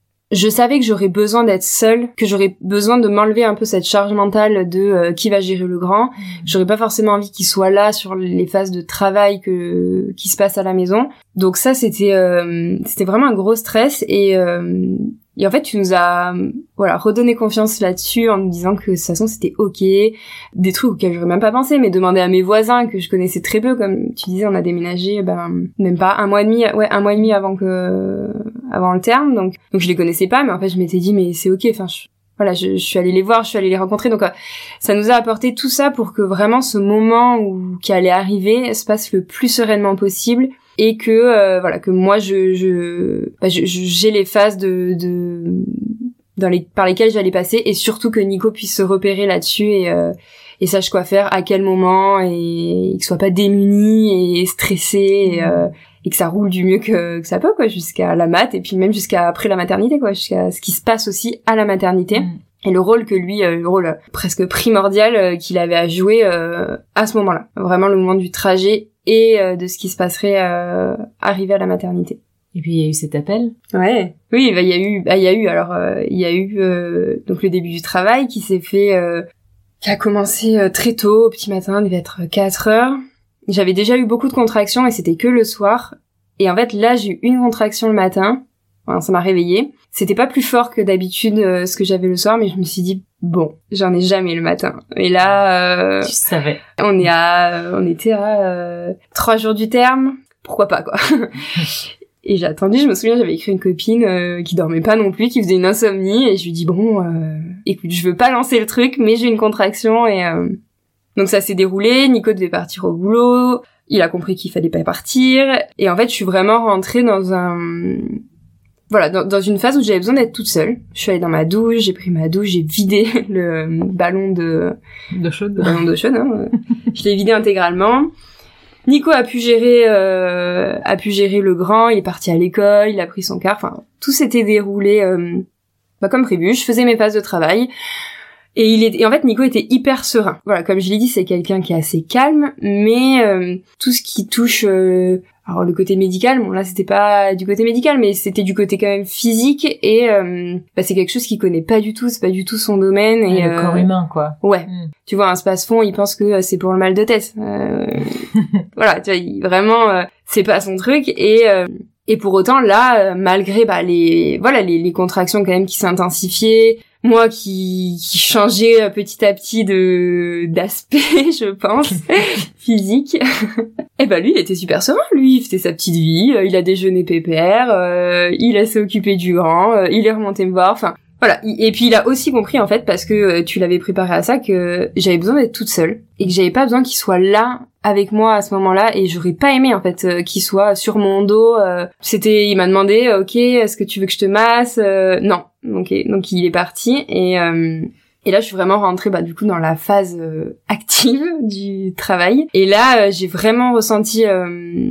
je savais que j'aurais besoin d'être seule, que j'aurais besoin de m'enlever un peu cette charge mentale de euh, qui va gérer le grand. J'aurais pas forcément envie qu'il soit là sur les phases de travail que qui se passent à la maison. Donc ça, c'était euh, c'était vraiment un gros stress, et euh, et en fait, tu nous as voilà redonné confiance là-dessus en nous disant que de toute façon c'était ok, des trucs auxquels j'aurais même pas pensé, mais demander à mes voisins que je connaissais très peu, comme tu disais, on a déménagé ben même pas un mois et demi, ouais un mois et demi avant que avant le terme, donc donc je les connaissais pas, mais en fait je m'étais dit mais c'est ok, enfin je, voilà je, je suis allée les voir, je suis allée les rencontrer, donc euh, ça nous a apporté tout ça pour que vraiment ce moment où qui allait arriver se passe le plus sereinement possible. Et que euh, voilà que moi je je, bah, je je j'ai les phases de de dans les par lesquelles j'allais passer, et surtout que Nico puisse se repérer là-dessus et euh, et sache quoi faire à quel moment, et, et qu'il soit pas démuni et stressé, et, euh, et que ça roule du mieux que, que ça peut, quoi, jusqu'à la mat, et puis même jusqu'à après la maternité, quoi, jusqu'à ce qui se passe aussi à la maternité. Mmh. Et le rôle que lui, euh, le rôle presque primordial euh, qu'il avait à jouer euh, à ce moment-là, vraiment le moment du trajet et euh, de ce qui se passerait euh, arrivé à la maternité. Et puis il y a eu cet appel. Ouais. Oui, bah il y a eu, bah il y a eu. Alors euh, il y a eu euh, donc le début du travail qui s'est fait, euh, qui a commencé euh, très tôt, au petit matin, il devait être quatre heures. J'avais déjà eu beaucoup de contractions et c'était que le soir. Et en fait là j'ai eu une contraction le matin. Enfin, ça m'a réveillée. C'était pas plus fort que d'habitude euh, ce que j'avais le soir, mais je me suis dit bon, j'en ai jamais le matin. Et là, euh, tu savais. On est à, on était à euh, trois jours du terme. Pourquoi pas, quoi. Et j'ai attendu. Je me souviens, j'avais écrit une copine euh, qui dormait pas non plus, qui faisait une insomnie, et je lui dis bon, euh, écoute, je veux pas lancer le truc, mais j'ai une contraction, et euh... donc ça s'est déroulé. Nico devait partir au boulot. Il a compris qu'il fallait pas partir. Et en fait, je suis vraiment rentrée dans un... Voilà, dans, dans une phase où j'avais besoin d'être toute seule. Je suis allée dans ma douche, j'ai pris ma douche, j'ai vidé le ballon de... D'eau chaude. Le ballon d'eau chaude, hein. Je l'ai vidé intégralement. Nico a pu gérer, euh, a pu gérer le grand, il est parti à l'école, il a pris son car, enfin, tout s'était déroulé, euh, bah, comme prévu. Je faisais mes phases de travail. Et il est, et en fait, Nico était hyper serein. Voilà, comme je l'ai dit, c'est quelqu'un qui est assez calme, mais euh, tout ce qui touche, euh, alors le côté médical, bon là c'était pas du côté médical, mais c'était du côté quand même physique, et euh, bah, c'est quelque chose qu'il connaît pas du tout, c'est pas du tout son domaine. Et, et le euh, corps humain, quoi. Ouais. Mm. Tu vois, un space-fond, il pense que c'est pour le mal de tête. Euh, voilà, tu vois, il, vraiment, euh, c'est pas son truc, et euh, et pour autant là, euh, malgré bah les, voilà, les, les contractions quand même qui s'intensifiaient. Moi qui, qui changeais petit à petit de d'aspect, je pense, physique. Et ben lui, il était super serein. Lui, il faisait sa petite vie. Il a déjeuné pépère. Euh, il s'est occupé du grand. Euh, il est remonté me voir. Enfin, voilà. Et puis il a aussi compris en fait, parce que euh, tu l'avais préparé à ça, que j'avais besoin d'être toute seule et que j'avais pas besoin qu'il soit là avec moi à ce moment-là, et j'aurais pas aimé en fait euh, qu'il soit sur mon dos. Euh, c'était, il m'a demandé, ok, est-ce que tu veux que je te masse? euh, Non. Donc, donc il est parti, et euh, et là je suis vraiment rentrée bah du coup dans la phase euh, active du travail. Et là euh, j'ai vraiment ressenti euh,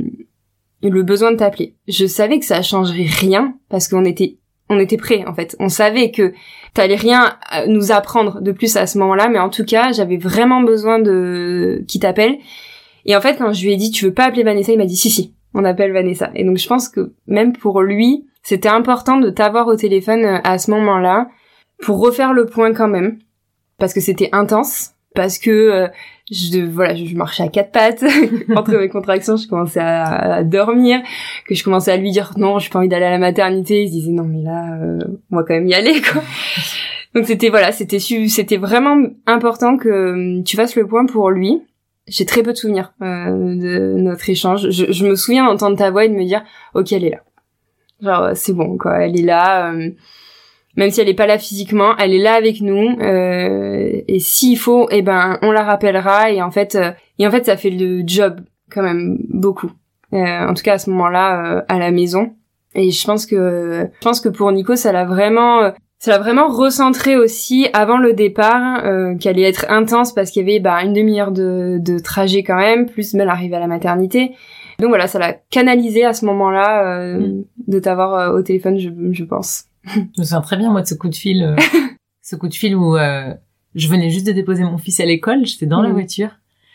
le besoin de t'appeler. Je savais que ça changerait rien parce qu'on était on était prêts en fait. On savait que t'allais rien nous apprendre de plus à ce moment-là, mais en tout cas j'avais vraiment besoin de qu'il t'appelle. Et en fait quand je lui ai dit tu veux pas appeler Vanessa, il m'a dit si si, on appelle Vanessa. Et donc je pense que même pour lui c'était important de t'avoir au téléphone à ce moment-là pour refaire le point quand même, parce que c'était intense, parce que euh, je voilà, je marchais à quatre pattes entre mes contractions, je commençais à, à dormir, que je commençais à lui dire non, j'ai pas envie d'aller à la maternité, il se disait non mais là euh, on va quand même y aller quoi. Donc c'était voilà, c'était c'était vraiment important que tu fasses le point pour lui. J'ai très peu de souvenirs euh, de notre échange. Je, je me souviens d'entendre ta voix et de me dire OK, elle est là. Genre c'est bon quoi, elle est là, euh, même si elle est pas là physiquement, elle est là avec nous, euh, et s'il faut, eh ben on la rappellera. Et en fait, euh, et en fait ça fait le job quand même beaucoup. Euh, en tout cas à ce moment-là euh, à la maison. Et je pense que je pense que pour Nico ça l'a vraiment euh, ça l'a vraiment recentré aussi avant le départ, euh, qui allait être intense parce qu'il y avait bah une demi-heure de, de trajet quand même, plus même l'arrivée à la maternité. Donc voilà, ça l'a canalisé à ce moment-là euh, mmh. de t'avoir euh, au téléphone, je, je pense. Je me souviens très bien moi de ce coup de fil, euh, ce coup de fil où euh, je venais juste de déposer mon fils à l'école, j'étais dans mmh. la voiture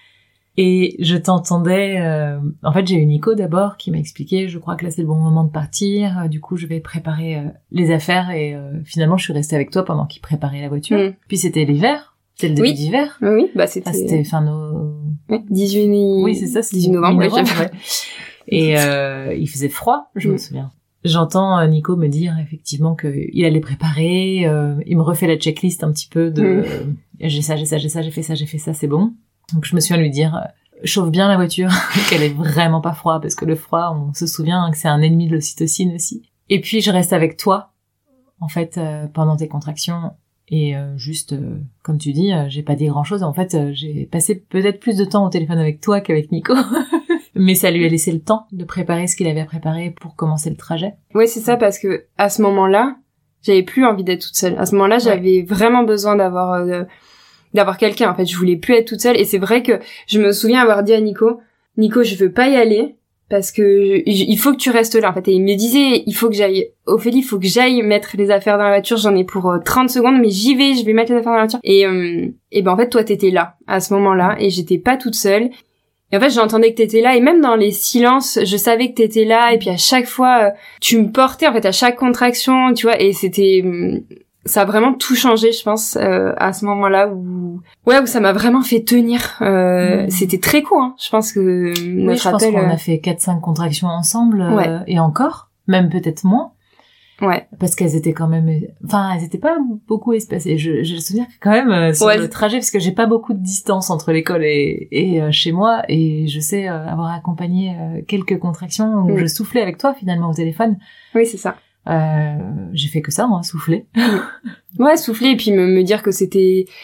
et je t'entendais. Euh, en fait, j'ai eu Nico d'abord qui m'a expliqué, je crois que là c'est le bon moment de partir. Du coup, je vais préparer euh, les affaires et euh, finalement, je suis restée avec toi pendant qu'il préparait la voiture. Mmh. Puis c'était l'hiver. C'était le début oui. d'hiver. Oui, bah c'était... Ah, c'était fin no... ouais, dix-huit... Oui, c'est ça, c'est dix-huit novembre. novembre ouais. Et euh, il faisait froid, je mmh. me souviens. J'entends euh, Nico me dire effectivement qu'il allait préparer. Euh, il me refait la checklist un petit peu de mmh. euh, j'ai ça, j'ai ça, j'ai ça, j'ai fait ça, j'ai fait ça, c'est bon. Donc je me souviens lui dire euh, chauffe bien la voiture, qu'elle est vraiment pas froid, parce que le froid, on se souvient hein, que c'est un ennemi de l'ocytocine aussi. Et puis je reste avec toi, en fait, euh, pendant tes contractions. Et euh, juste, euh, comme tu dis, euh, j'ai pas dit grand-chose. En fait, euh, j'ai passé peut-être plus de temps au téléphone avec toi qu'avec Nico. Mais ça lui a laissé le temps de préparer ce qu'il avait à préparer pour commencer le trajet. Ouais, c'est ça, parce que à ce moment-là, j'avais plus envie d'être toute seule. À ce moment-là, j'avais ouais. vraiment besoin d'avoir euh, d'avoir quelqu'un. En fait, je voulais plus être toute seule. Et c'est vrai que je me souviens avoir dit à Nico, Nico, je veux pas y aller. Parce que je, il faut que tu restes là en fait. Et il me disait il faut que j'aille Ophélie, il faut que j'aille mettre les affaires dans la voiture, j'en ai pour euh, trente secondes mais j'y vais, je vais mettre les affaires dans la voiture. Et euh, et ben en fait toi t'étais là à ce moment-là et j'étais pas toute seule. Et en fait j'entendais que t'étais là et même dans les silences, je savais que t'étais là et puis à chaque fois euh, tu me portais en fait à chaque contraction, tu vois, et c'était euh, ça a vraiment tout changé, je pense, euh, à ce moment-là où, ouais, où ça m'a vraiment fait tenir. Euh, mmh. C'était très court, hein. Je pense que oui, notre je appel. pense qu'on a fait quatre cinq contractions ensemble, euh, ouais. et encore, même peut-être moins. Ouais. Parce qu'elles étaient quand même, enfin, elles étaient pas beaucoup espacées. Je, j'ai le souvenir que quand même euh, sur ouais. le trajet, parce que j'ai pas beaucoup de distance entre l'école et, et euh, chez moi, et je sais euh, avoir accompagné euh, quelques contractions où mmh. je soufflais avec toi finalement au téléphone. Oui, c'est ça. Euh, j'ai fait que ça, moi, souffler. Ouais, souffler et puis me, me dire que c'était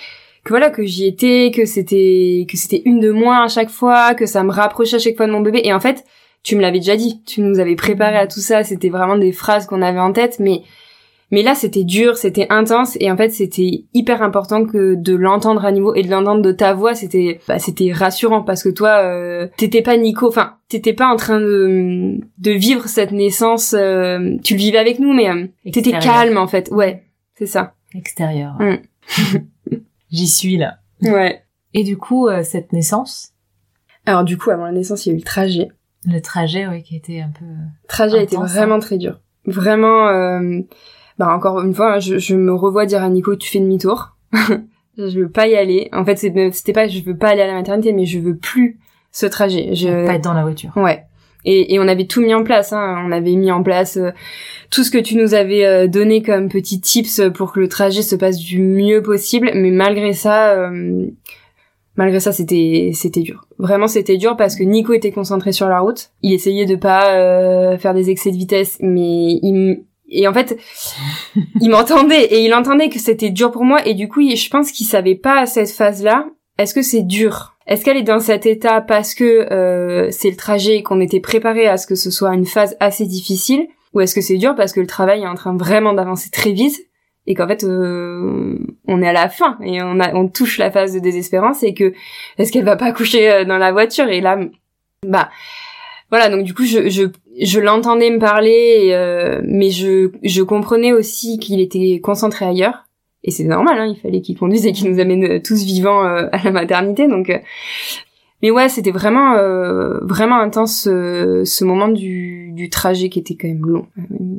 que voilà, que j'y étais, que c'était que c'était une de moins à chaque fois, que ça me rapprochait à chaque fois de mon bébé. Et en fait, tu me l'avais déjà dit, tu nous avais préparé à tout ça, c'était vraiment des phrases qu'on avait en tête, mais mais là c'était dur, c'était intense, et en fait c'était hyper important que de l'entendre à niveau et de l'entendre de ta voix, c'était bah, c'était rassurant parce que toi euh, t'étais pas Nico, enfin t'étais pas en train de de vivre cette naissance, euh, tu le vivais avec nous, mais euh, t'étais calme en fait, ouais, c'est ça. Extérieur. Mm. J'y suis là. Ouais. Et du coup euh, cette naissance. Alors du coup avant la naissance il y a eu le trajet. Le trajet, oui, qui était un peu. Le trajet a été vraiment hein. très dur. Vraiment. Euh... Bah encore une fois, je, je me revois dire à Nico, tu fais demi-tour. Je veux pas y aller. En fait, c'était pas, je veux pas aller à la maternité, mais je veux plus ce trajet. Je veux pas être dans la voiture. Ouais. Et, et on avait tout mis en place. Hein. On avait mis en place euh, tout ce que tu nous avais euh, donné comme petits tips pour que le trajet se passe du mieux possible. Mais malgré ça, euh, malgré ça, c'était c'était dur. Vraiment, c'était dur parce que Nico était concentré sur la route. Il essayait de pas euh, faire des excès de vitesse, mais il Et en fait, il m'entendait et il entendait que c'était dur pour moi et du coup, je pense qu'il savait pas à cette phase-là. Est-ce que c'est dur? Est-ce qu'elle est dans cet état parce que euh, c'est le trajet et qu'on était préparé à ce que ce soit une phase assez difficile? Ou est-ce que c'est dur parce que le travail est en train vraiment d'avancer très vite et qu'en fait, euh, on est à la fin et on, a, on touche la phase de désespérance et que est-ce qu'elle va pas coucher dans la voiture? Et là, bah... Voilà, donc du coup, je je, je l'entendais me parler, et, euh, mais je je comprenais aussi qu'il était concentré ailleurs. Et c'est normal, hein, il fallait qu'il conduise et qu'il nous amène tous vivants euh, à la maternité. Donc, euh... mais ouais, c'était vraiment euh, vraiment intense euh, ce moment du du trajet qui était quand même long.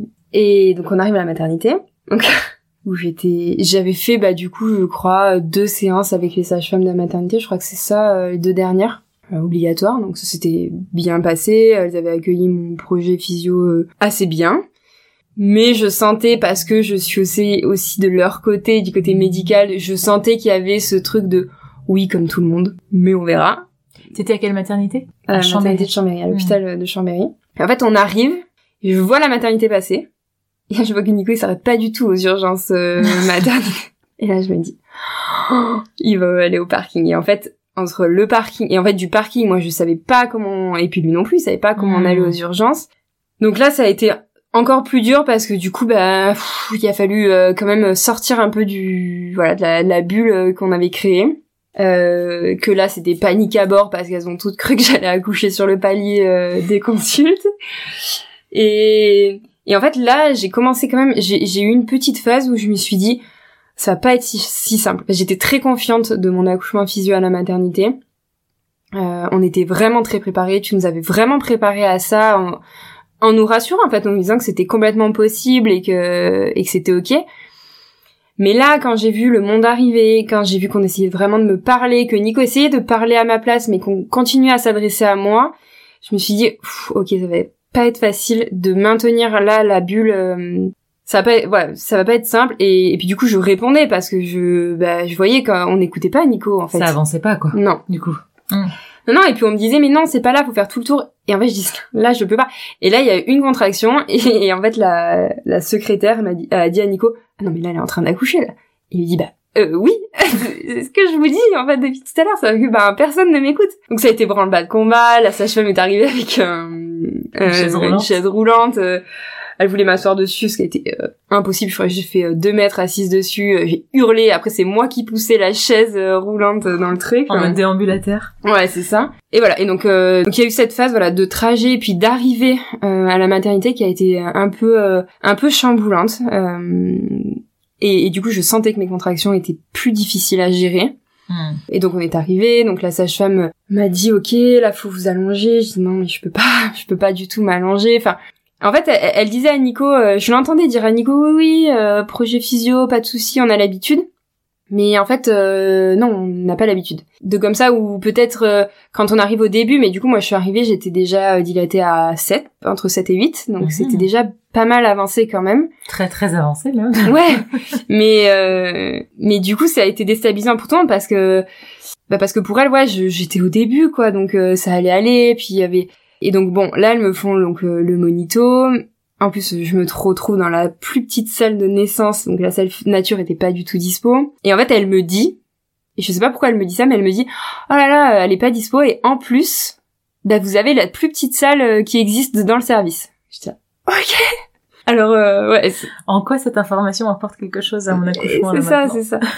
Et donc on arrive à la maternité, donc où j'étais, j'avais fait bah du coup, je crois deux séances avec les sages-femmes de la maternité. Je crois que c'est ça, euh, les deux dernières. Euh, obligatoire, donc ça s'était bien passé, elles avaient accueilli mon projet physio euh, assez bien, mais je sentais, parce que je suis aussi, aussi de leur côté, du côté médical, je sentais qu'il y avait ce truc de oui comme tout le monde, mais on verra. T'étais à quelle maternité? À la maternité de Chambéry, à l'hôpital mmh. de Chambéry. Et en fait on arrive, et je vois la maternité passer, et là je vois que Nico il s'arrête pas du tout aux urgences euh, maternité, et là je me dis oh, il va aller au parking, et en fait entre le parking et en fait du parking, moi je savais pas comment, et puis lui non plus il savait pas comment mmh. on allait aux urgences. Donc là ça a été encore plus dur parce que du coup bah pff, il a fallu euh, quand même sortir un peu du voilà de la, de la bulle euh, qu'on avait créée. Euh, que là c'était panique à bord parce qu'elles ont toutes cru que j'allais accoucher sur le palier euh, des consultes. Et et en fait là j'ai commencé quand même, j'ai j'ai eu une petite phase où je me suis dit ça va pas être si, si simple. J'étais très confiante de mon accouchement physio à la maternité. Euh, on était vraiment très préparés. Tu nous avais vraiment préparés à ça en, en nous rassurant, en fait, en nous disant que c'était complètement possible et que, et que c'était ok. Mais là, quand j'ai vu le monde arriver, quand j'ai vu qu'on essayait vraiment de me parler, que Nico essayait de parler à ma place, mais qu'on continuait à s'adresser à moi, je me suis dit, ok, ça va pas être facile de maintenir là la bulle... Euh, ça va pas être, ouais, ça va pas être simple, et, et puis du coup je répondais parce que je bah je voyais qu'on n'écoutait pas Nico en fait. Ça avançait pas quoi. Non, du coup. Mmh. Non non, et puis on me disait mais non, c'est pas là, faut faire tout le tour. Et en fait je dis là je peux pas. Et là il y a eu une contraction et, et en fait la la secrétaire m'a dit a dit à Nico ah non mais là elle est en train d'accoucher là. Et il dit bah euh, oui, c'est ce que je vous dis en fait depuis tout à l'heure, ça veut que bah personne ne m'écoute. Donc ça a été branle-bas de combat, la sage-femme est arrivée avec euh, une, euh, chaise roulante. une chaise roulante. Euh, Elle voulait m'asseoir dessus, ce qui a été euh, impossible. Je crois que j'ai fait euh, deux mètres assise dessus. Euh, j'ai hurlé. Après, c'est moi qui poussais la chaise euh, roulante dans le truc. En mode déambulateur. Ouais, c'est ça. Et voilà. Et donc, euh, donc il y a eu cette phase, voilà, de trajet et puis d'arrivée euh, à la maternité qui a été un peu, euh, un peu chamboulante. Euh, et, et du coup, je sentais que mes contractions étaient plus difficiles à gérer. Hmm. Et donc on est arrivé, donc la sage-femme m'a dit ok, là faut vous allonger. Je dis non mais je peux pas, je peux pas du tout m'allonger. Enfin. En fait, elle, elle disait à Nico, euh, je l'entendais dire à Nico, oui, oui, euh, projet physio, pas de souci, on a l'habitude. Mais en fait, euh, non, on n'a pas l'habitude. De comme ça, ou peut-être euh, quand on arrive au début, mais du coup, moi, je suis arrivée, j'étais déjà euh, dilatée à sept, entre sept et huit, donc mmh. c'était déjà pas mal avancé quand même. Très, très avancé, là. Ouais, mais euh, mais du coup, ça a été déstabilisant pour tout le monde parce que, bah parce que pour elle, ouais, je, j'étais au début, quoi, donc euh, ça allait aller, puis il y avait... Et donc bon, là elles me font donc euh, le monito. En plus, je me retrouve dans la plus petite salle de naissance, donc la salle nature était pas du tout dispo. Et en fait, elle me dit, Et je sais pas pourquoi elle me dit ça, mais elle me dit oh là là, elle est pas dispo et en plus, bah vous avez la plus petite salle qui existe dans le service. Je dis ok. Alors euh, ouais. C'est... En quoi cette information apporte quelque chose à mon accouchement? C'est ça, c'est ça.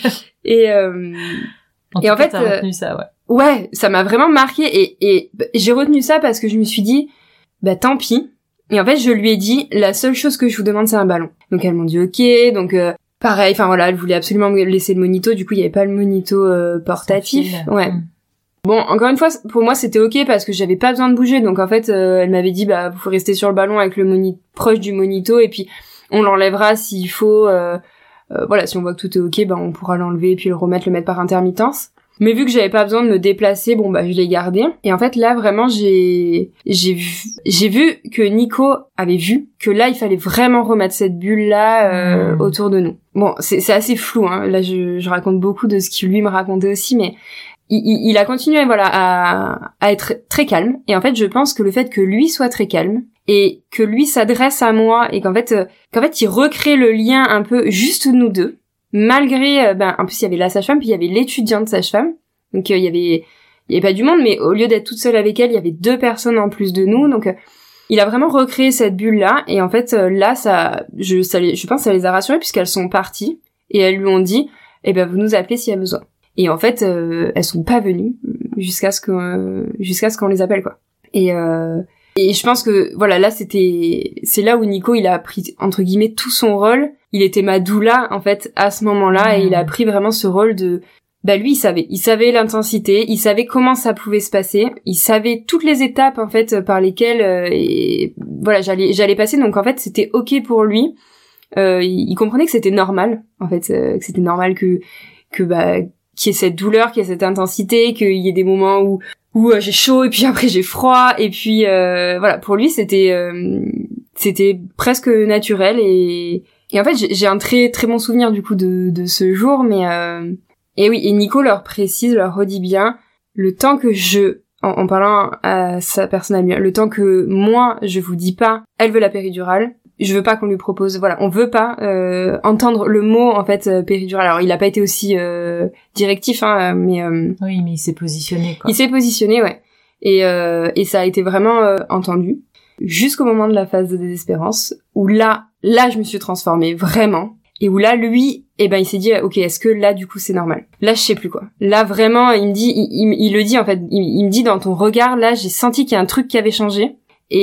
Et euh... en et en cas, fait, t'as retenu euh... ça, ouais. Ouais, ça m'a vraiment marqué et et j'ai retenu ça parce que je me suis dit bah tant pis. Et en fait, je lui ai dit la seule chose que je vous demande c'est un ballon. Donc elles m'ont dit ok, donc euh, pareil, enfin voilà, elle voulait absolument me laisser le monito, du coup il y avait pas le monito euh, portatif. Ouais. Mmh. Bon, encore une fois, pour moi, c'était ok parce que j'avais pas besoin de bouger. Donc, en fait, euh, elle m'avait dit, bah, vous faut rester sur le ballon avec le moni- proche du monito et puis on l'enlèvera s'il faut. Euh, euh, voilà, si on voit que tout est ok, bah, on pourra l'enlever et puis le remettre, le mettre par intermittence. Mais vu que j'avais pas besoin de me déplacer, bon, bah, je l'ai gardé. Et en fait, là, vraiment, j'ai, j'ai vu, j'ai vu que Nico avait vu que là, il fallait vraiment remettre cette bulle-là euh, mmh. autour de nous. Bon, c'est, c'est assez flou, hein. Là, je, je raconte beaucoup de ce qu'il lui me racontait aussi, mais Il, il, il a continué voilà à, à être très calme et en fait je pense que le fait que lui soit très calme et que lui s'adresse à moi et qu'en fait euh, qu'en fait il recrée le lien un peu juste nous deux malgré euh, ben en plus il y avait la sage-femme puis il y avait l'étudiante sage-femme donc euh, il y avait il y avait pas du monde mais au lieu d'être toute seule avec elle il y avait deux personnes en plus de nous donc euh, il a vraiment recréé cette bulle là et en fait euh, là ça je ça les, je pense que ça les a rassurées puisqu'elles sont parties et elles lui ont dit eh ben vous nous appelez s'il y a besoin. Et en fait, euh, elles sont pas venues jusqu'à ce que euh, jusqu'à ce qu'on les appelle quoi. Et euh, et je pense que voilà, là c'était c'est là où Nico il a pris entre guillemets tout son rôle. Il était ma doula en fait à ce moment-là mmh. et il a pris vraiment ce rôle de bah lui il savait, il savait l'intensité, il savait comment ça pouvait se passer, il savait toutes les étapes en fait par lesquelles euh, et voilà, j'allais j'allais passer donc en fait, c'était OK pour lui. Euh, il, il comprenait que c'était normal en fait, euh, que c'était normal que que bah qu'il y ait cette douleur, qu'il y ait cette intensité, qu'il y ait des moments où où euh, j'ai chaud et puis après j'ai froid et puis euh, voilà, pour lui c'était euh, c'était presque naturel et et en fait j'ai, j'ai un très très bon souvenir du coup de de ce jour mais euh, et oui, et Nico leur précise, leur redit bien le temps que je en, en parlant à sa personne à lui, le temps que moi je vous dis pas elle veut la péridurale, je veux pas qu'on lui propose, voilà, on veut pas euh, entendre le mot en fait euh, péridurale. Alors il a pas été aussi euh, directif, hein, mais euh, oui, mais il s'est positionné, quoi. Il s'est positionné, ouais, et euh, et ça a été vraiment euh, entendu jusqu'au moment de la phase de désespérance où là, là je me suis transformée vraiment et où là lui, eh ben il s'est dit ok, est-ce que là du coup c'est normal? Là je sais plus quoi. Là vraiment il me dit, il, il, il le dit en fait, il, il me dit dans ton regard là j'ai senti qu'il y a un truc qui avait changé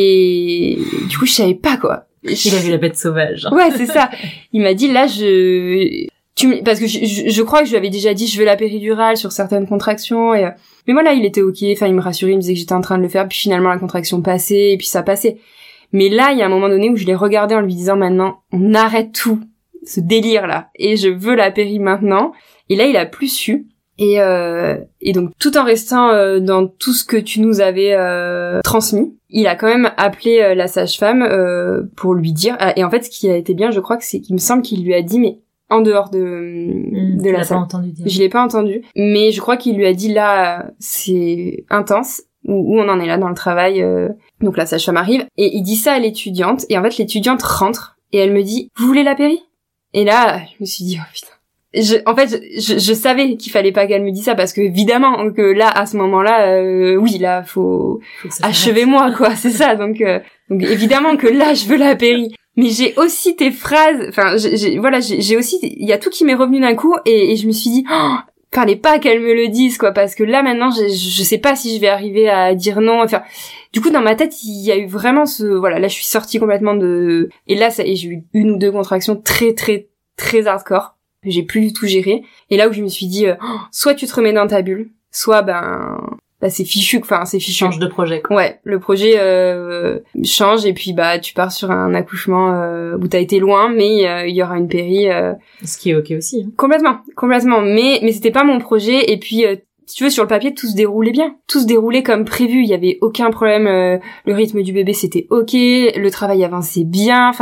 et du coup je savais pas quoi. Il a vu la bête sauvage. Ouais, c'est ça. Il m'a dit là je tu parce que je, je, je crois que je lui avais déjà dit je veux la péridurale sur certaines contractions et mais moi là il était OK, enfin il me rassurait, il me disait que j'étais en train de le faire puis finalement la contraction passait et puis ça passait. Mais là, il y a un moment donné où je l'ai regardé en lui disant maintenant on arrête tout ce délire là et je veux la péri maintenant et là il a plus su. Et, euh, et donc, tout en restant euh, dans tout ce que tu nous avais euh, transmis, il a quand même appelé euh, la sage-femme euh, pour lui dire... Et en fait, ce qui a été bien, je crois que c'est qu'il me semble qu'il lui a dit, mais en dehors de, mmh, de la salle. Pas entendu dire. Je l'ai pas entendu. Mais je crois qu'il lui a dit, là, c'est intense, où, où on en est là dans le travail. Euh... Donc la sage-femme arrive, et il dit ça à l'étudiante. Et en fait, l'étudiante rentre, et elle me dit, vous voulez la péri? Et là, je me suis dit, oh putain. Je, en fait, je, je, je savais qu'il fallait pas qu'elle me dise ça parce que évidemment que là, à ce moment-là, euh, oui, là, faut, faut achevez-moi, quoi, c'est ça. Donc, euh, donc évidemment que là, je veux la péri. Mais j'ai aussi tes phrases, enfin, j'ai, j'ai, voilà, j'ai, j'ai aussi, il y a tout qui m'est revenu d'un coup et, et je me suis dit, oh, fallait pas qu'elle me le dise, quoi, parce que là maintenant, je, je sais pas si je vais arriver à dire non. Enfin, du coup, dans ma tête, il y a eu vraiment ce, voilà, là, je suis sortie complètement de, et là, ça, et j'ai eu une ou deux contractions très, très, très hardcore. J'ai plus du tout géré. Et là où je me suis dit, euh, oh, soit tu te remets dans ta bulle, soit ben, bah c'est fichu, enfin c'est fichu. Change de projet, quoi. Ouais, le projet euh, change et puis bah tu pars sur un accouchement euh, où t'as été loin, mais euh, il y aura une péri. Euh... Ce qui est ok aussi. Hein. Complètement, complètement. Mais mais c'était pas mon projet et puis. Euh, si tu veux, sur le papier, tout se déroulait bien. Tout se déroulait comme prévu. Il y avait aucun problème. Euh, le rythme du bébé, c'était ok. Le travail avançait bien. Enfin,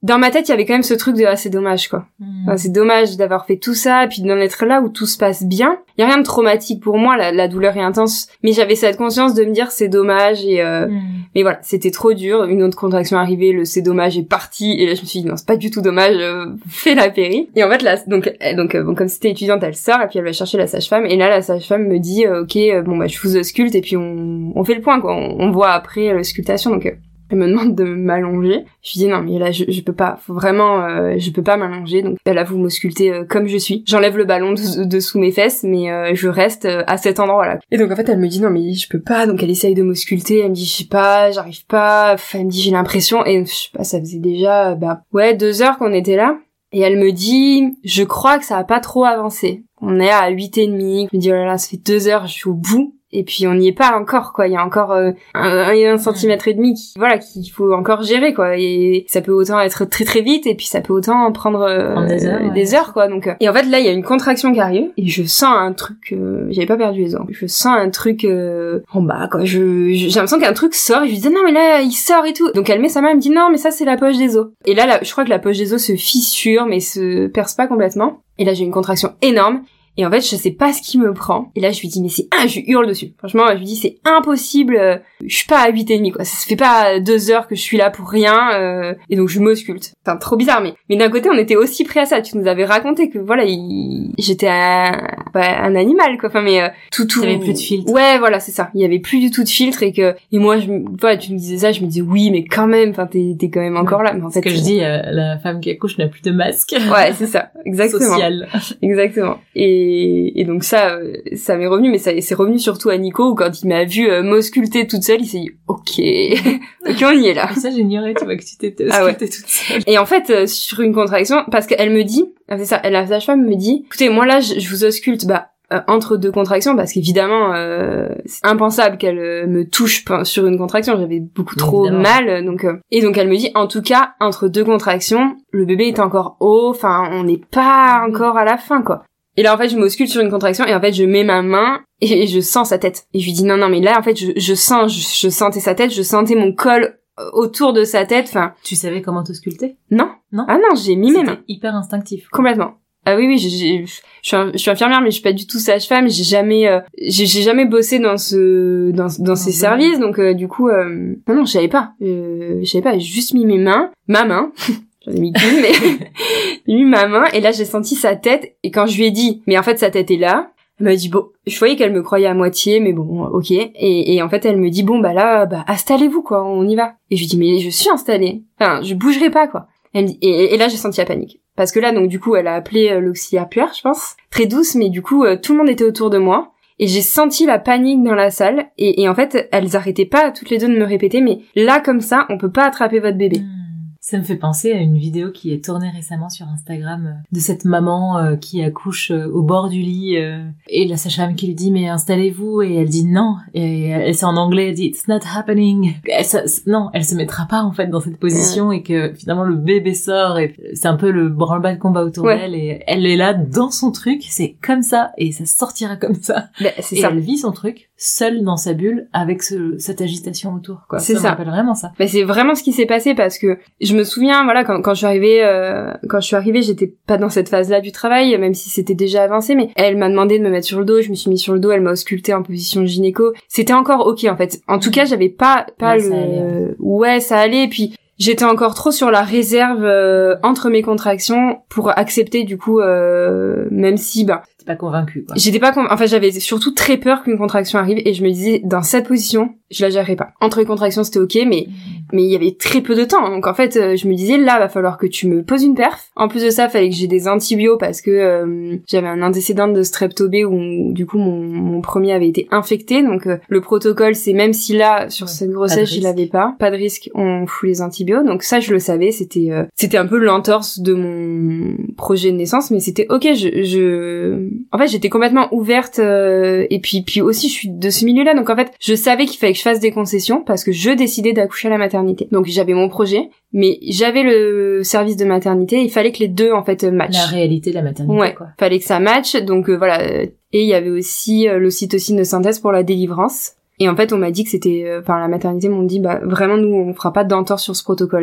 dans ma tête, il y avait quand même ce truc de ah c'est dommage quoi. Mmh. Enfin, c'est dommage d'avoir fait tout ça et puis d'en être là où tout se passe bien. Il y a rien de traumatique pour moi, la, la douleur est intense, mais j'avais cette conscience de me dire c'est dommage et euh... mmh. mais voilà, c'était trop dur. Une autre contraction arrivée, le c'est dommage est parti et là je me suis dit non c'est pas du tout dommage, euh, fais la péri. Et en fait là donc donc euh, bon comme c'était étudiante, elle sort et puis elle va chercher la sage-femme et là la sage-femme me dit euh, ok euh, bon bah je vous ausculte et puis on on fait le point quoi, on, on voit après l'auscultation donc euh, elle me demande de m'allonger. Je lui dis non mais là je, je peux pas, faut vraiment euh, je peux pas m'allonger donc là vous m'auscultez euh, comme je suis. J'enlève le ballon de, de sous mes fesses mais euh, je reste euh, à cet endroit-là. Et donc en fait elle me dit non mais je peux pas, donc elle essaye de m'ausculter, elle me dit je sais pas, j'arrive pas, enfin, elle me dit j'ai l'impression et je sais pas ça faisait déjà bah ouais deux heures qu'on était là et elle me dit je crois que ça a pas trop avancé. On est à huit et demi, je me dis oh là là ça fait deux heures, je suis au bout. Et puis on n'y est pas encore quoi, il y a encore euh, un, un centimètre et demi qui, voilà qu'il faut encore gérer quoi, et ça peut autant être très très vite et puis ça peut autant prendre, euh, prendre des, heures, ouais. des heures quoi donc euh. Et en fait là il y a une contraction qui arrive et je sens un truc, euh, j'avais pas perdu les os, je sens un truc euh, en bas quoi, je, je j'ai l'impression qu'un truc sort et je lui dis non mais là il sort et tout, donc elle met sa main, elle me dit non mais ça c'est la poche des os, et là, là je crois que la poche des os se fissure mais se perce pas complètement, et là j'ai une contraction énorme. Et en fait, je sais pas ce qui me prend. Et là, je lui dis, mais c'est un, je lui hurle dessus. Franchement, je lui dis, c'est impossible. Euh, je suis pas à huit et demi, quoi. Ça se fait pas deux heures que je suis là pour rien. Euh, et donc, je m'ausculte. Enfin, trop bizarre, mais, mais d'un côté, on était aussi prêts à ça. Tu nous avais raconté que, voilà, il... j'étais un, bah, un animal, quoi. Enfin, mais, euh, tout, tout. Il y avait plus de filtre. Ouais, voilà, c'est ça. Il y avait plus du tout de filtre et que, et moi, je, voilà, tu me disais ça, je me disais, oui, mais quand même, enfin, t'es, t'es quand même encore ouais. là. Mais en fait, ce que je dis, euh, la femme qui accouche n'a plus de masque. Ouais, c'est ça. Exactement. Social. Exactement. Et, Et, et donc ça, ça m'est revenu, mais ça c'est revenu surtout à Nico, où quand il m'a vu euh, m'ausculter toute seule, il s'est dit « Ok, ok, on y est là. » Ça, j'ignorais, tu vois, que tu t'étais auscultée ah ouais. toute seule. Et en fait, euh, sur une contraction, parce qu'elle me dit, c'est ça, la sage-femme me dit « Écoutez, moi là, je, je vous ausculte, bah, euh, entre deux contractions, parce qu'évidemment, euh, c'est impensable qu'elle euh, me touche sur une contraction, j'avais beaucoup trop évidemment. mal, donc... Euh, et donc elle me dit « En tout cas, entre deux contractions, le bébé est encore haut, enfin, on n'est pas encore à la fin, quoi. » Et là, en fait, je m'ausculte sur une contraction et en fait, je mets ma main et je sens sa tête. Et je lui dis non, non, mais là, en fait, je, je sens, je, je sentais sa tête, je sentais mon col autour de sa tête, enfin... Tu savais comment t'ausculter? Non. Non? Ah non, j'ai mis mes mains. C'était hyper instinctif. Complètement. Ah oui, oui, j'ai, j'ai, je suis, un, je suis infirmière, mais je suis pas du tout sage-femme, j'ai jamais, euh, j'ai, j'ai jamais bossé dans ce, dans, dans ces mmh. services, donc, euh, du coup, euh, non, non, je savais pas, euh, je savais pas, j'ai juste mis mes mains, ma main, j'en ai mis qu'une, mais j'ai mis ma main, et là, j'ai senti sa tête, et quand je lui ai dit, mais en fait, sa tête est là, elle m'a dit, bon, je voyais qu'elle me croyait à moitié, mais bon, ok, et, et en fait, elle me dit, bon, bah là, bah, installez-vous, quoi, on y va. Et je lui dis, mais je suis installée, enfin, je bougerai pas, quoi. Elle me dit, et, et là, j'ai senti la panique. Parce que là, donc, du coup, elle a appelé euh, l'auxiliaire puère, je pense, très douce, mais du coup, euh, tout le monde était autour de moi, et j'ai senti la panique dans la salle, et, et en fait, elles arrêtaient pas, toutes les deux, de me répéter, mais là, comme ça, on peut pas attraper votre bébé. Mmh. Ça me fait penser à une vidéo qui est tournée récemment sur Instagram euh, de cette maman euh, qui accouche euh, au bord du lit euh, et la sage-femme qui lui dit mais installez-vous et elle dit non et elle c'est en anglais, elle dit it's not happening. Elle, ça, non, elle se mettra pas en fait dans cette position ouais. Et que finalement le bébé sort et c'est un peu le branle-bas de combat autour ouais. d'elle et elle est là dans son truc, c'est comme ça et ça sortira comme ça. Bah, c'est et ça. Elle vit son truc seule dans sa bulle avec ce, cette agitation autour quoi. C'est ça. Ça me rappelle vraiment ça. Bah, c'est vraiment ce qui s'est passé parce que je me souviens, voilà, quand, quand je suis arrivée, euh, quand je suis arrivée, j'étais pas dans cette phase-là du travail, même si c'était déjà avancé, mais elle m'a demandé de me mettre sur le dos, je me suis mis sur le dos, elle m'a auscultée en position de gynéco. C'était encore ok, en fait. En tout cas, j'avais pas, pas ouais, le, ça allait. ouais, ça allait, et puis, j'étais encore trop sur la réserve, euh, entre mes contractions pour accepter, du coup, euh, même si, ben, t'es pas convaincue, quoi. J'étais pas conv... enfin, j'avais surtout très peur qu'une contraction arrive et je me disais, dans cette position, je la gérerais pas. Entre les contractions, c'était ok, mais, mmh. mais il y avait très peu de temps. Donc, en fait, euh, je me disais, là, va falloir que tu me poses une perf. En plus de ça, fallait que j'ai des antibiotiques parce que, euh, j'avais un antécédent de strepto B où, du coup, mon, mon premier avait été infecté. Donc, euh, le protocole, c'est même si là, sur ouais, cette grossesse, je l'avais pas. Pas de risque, on fout les antibiotiques. Donc, ça, je le savais. C'était, euh, c'était un peu l'entorse de mon projet de naissance, mais c'était ok, je, je, en fait, j'étais complètement ouverte, euh, et puis, puis aussi, je suis de ce milieu-là. Donc, en fait, je savais qu'il fallait que je fasse des concessions parce que je décidais d'accoucher à la maternité. Donc j'avais mon projet, mais j'avais le service de maternité, il fallait que les deux en fait matchent. La réalité de la maternité ouais, quoi. Fallait que ça matche. Donc euh, voilà, et il y avait aussi euh, l'ocytocine de synthèse pour la délivrance. Et en fait, on m'a dit que c'était, enfin, euh, la maternité m'ont dit, bah, vraiment, nous, on fera pas d'entorse sur ce protocole-là.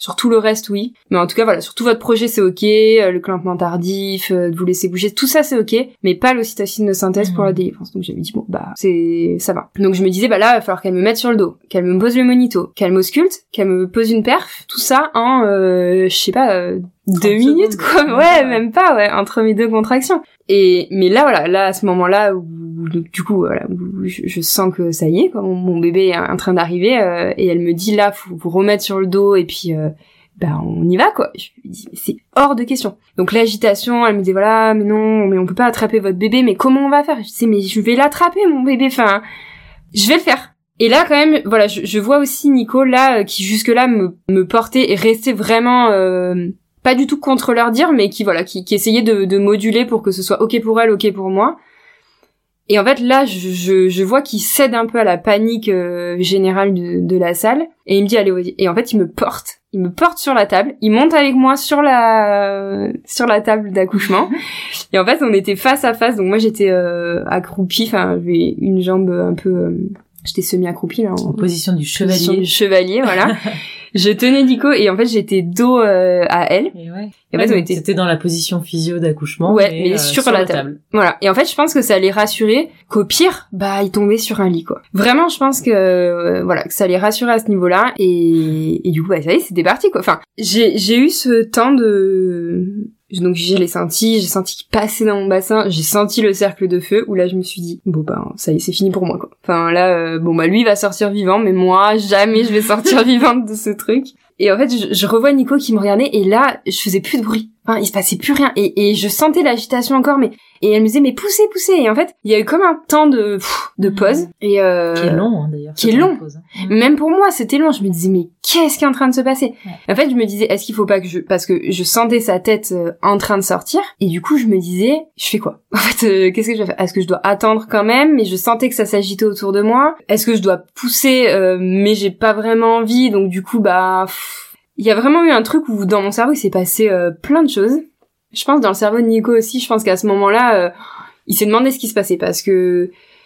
Sur tout le reste, oui. Mais en tout cas, voilà, sur tout votre projet, c'est ok. Euh, le clampement tardif, euh, de vous laisser bouger, tout ça, c'est ok. Mais pas l'ocytocine de synthèse mmh. pour la délivrance. Donc j'avais dit, bon, bah, c'est, ça va. Donc je me disais, bah là, il va falloir qu'elle me mette sur le dos, qu'elle me pose le monito, qu'elle m'ausculte, qu'elle me pose une perf. Tout ça en, euh, je sais pas, euh, deux minutes, quoi. Ouais, ouais, même pas, ouais, entre mes deux contractions. Et, mais là, voilà, là, à ce moment-là, où, du coup, voilà, où je, je sens que ça y est, quoi, mon, mon bébé est en train d'arriver, euh, et elle me dit, là, faut vous remettre sur le dos, et puis, euh, bah, on y va, quoi. Je lui dis, c'est hors de question. Donc, l'agitation, elle me dit, voilà, mais non, mais on peut pas attraper votre bébé, mais comment on va faire? Je dis, mais je vais l'attraper, mon bébé, enfin, je vais le faire. Et là, quand même, voilà, je, je vois aussi Nico, là, qui jusque-là me, me portait et restait vraiment, euh, pas du tout contre leur dire, mais qui, voilà, qui, qui essayait de, de moduler pour que ce soit ok pour elle, ok pour moi. Et en fait, là, je, je, je vois qu'il cède un peu à la panique euh, générale de, de la salle. Et il me dit, allez, vas-y. Et en fait, il me porte. Il me porte sur la table. Il monte avec moi sur la sur la table d'accouchement. Et en fait, on était face à face. Donc moi, j'étais euh, accroupie. Enfin, j'avais une jambe un peu... Euh, j'étais semi-accroupie, là. En, en position du chevalier. Position du chevalier, voilà. Je tenais Nico et en fait j'étais dos euh, à elle. Et ouais. Et en ouais, fait on était c'était dans la position physio d'accouchement. Ouais, mais, mais euh, sur, sur la, la table. table. Voilà. Et en fait je pense que ça allait rassurer qu'au pire bah il tombait sur un lit quoi. Vraiment je pense que euh, voilà que ça allait rassurer à ce niveau-là et et du coup bah ça y est c'était parti quoi. Enfin j'ai j'ai eu ce temps de donc je l'ai senti, j'ai senti qu'il passait dans mon bassin, j'ai senti le cercle de feu où là je me suis dit bon bah ça y est c'est fini pour moi quoi. Enfin là euh, bon bah lui il va sortir vivant mais moi jamais je vais sortir vivante de ce truc. Et en fait je, je revois Nico qui me regardait et là je faisais plus de bruit. Enfin il se passait plus rien et et je sentais l'agitation encore mais et elle me disait mais poussez poussez et en fait il y a eu comme un temps de pff, de pause et euh, qui est long hein, d'ailleurs qui est long pause, hein. Même pour moi c'était long, je me disais mais qu'est-ce qui est en train de se passer ouais. En fait je me disais est-ce qu'il faut pas que je parce que je sentais sa tête euh, en train de sortir et du coup je me disais je fais quoi en fait euh, qu'est-ce que je vais faire, est-ce que je dois attendre quand même mais je sentais que ça s'agitait autour de moi, est-ce que je dois pousser euh, mais j'ai pas vraiment envie donc du coup bah il y a vraiment eu un truc où dans mon cerveau il s'est passé euh, plein de choses. Je pense dans le cerveau de Nico aussi, je pense qu'à ce moment-là, euh, il s'est demandé ce qui se passait parce que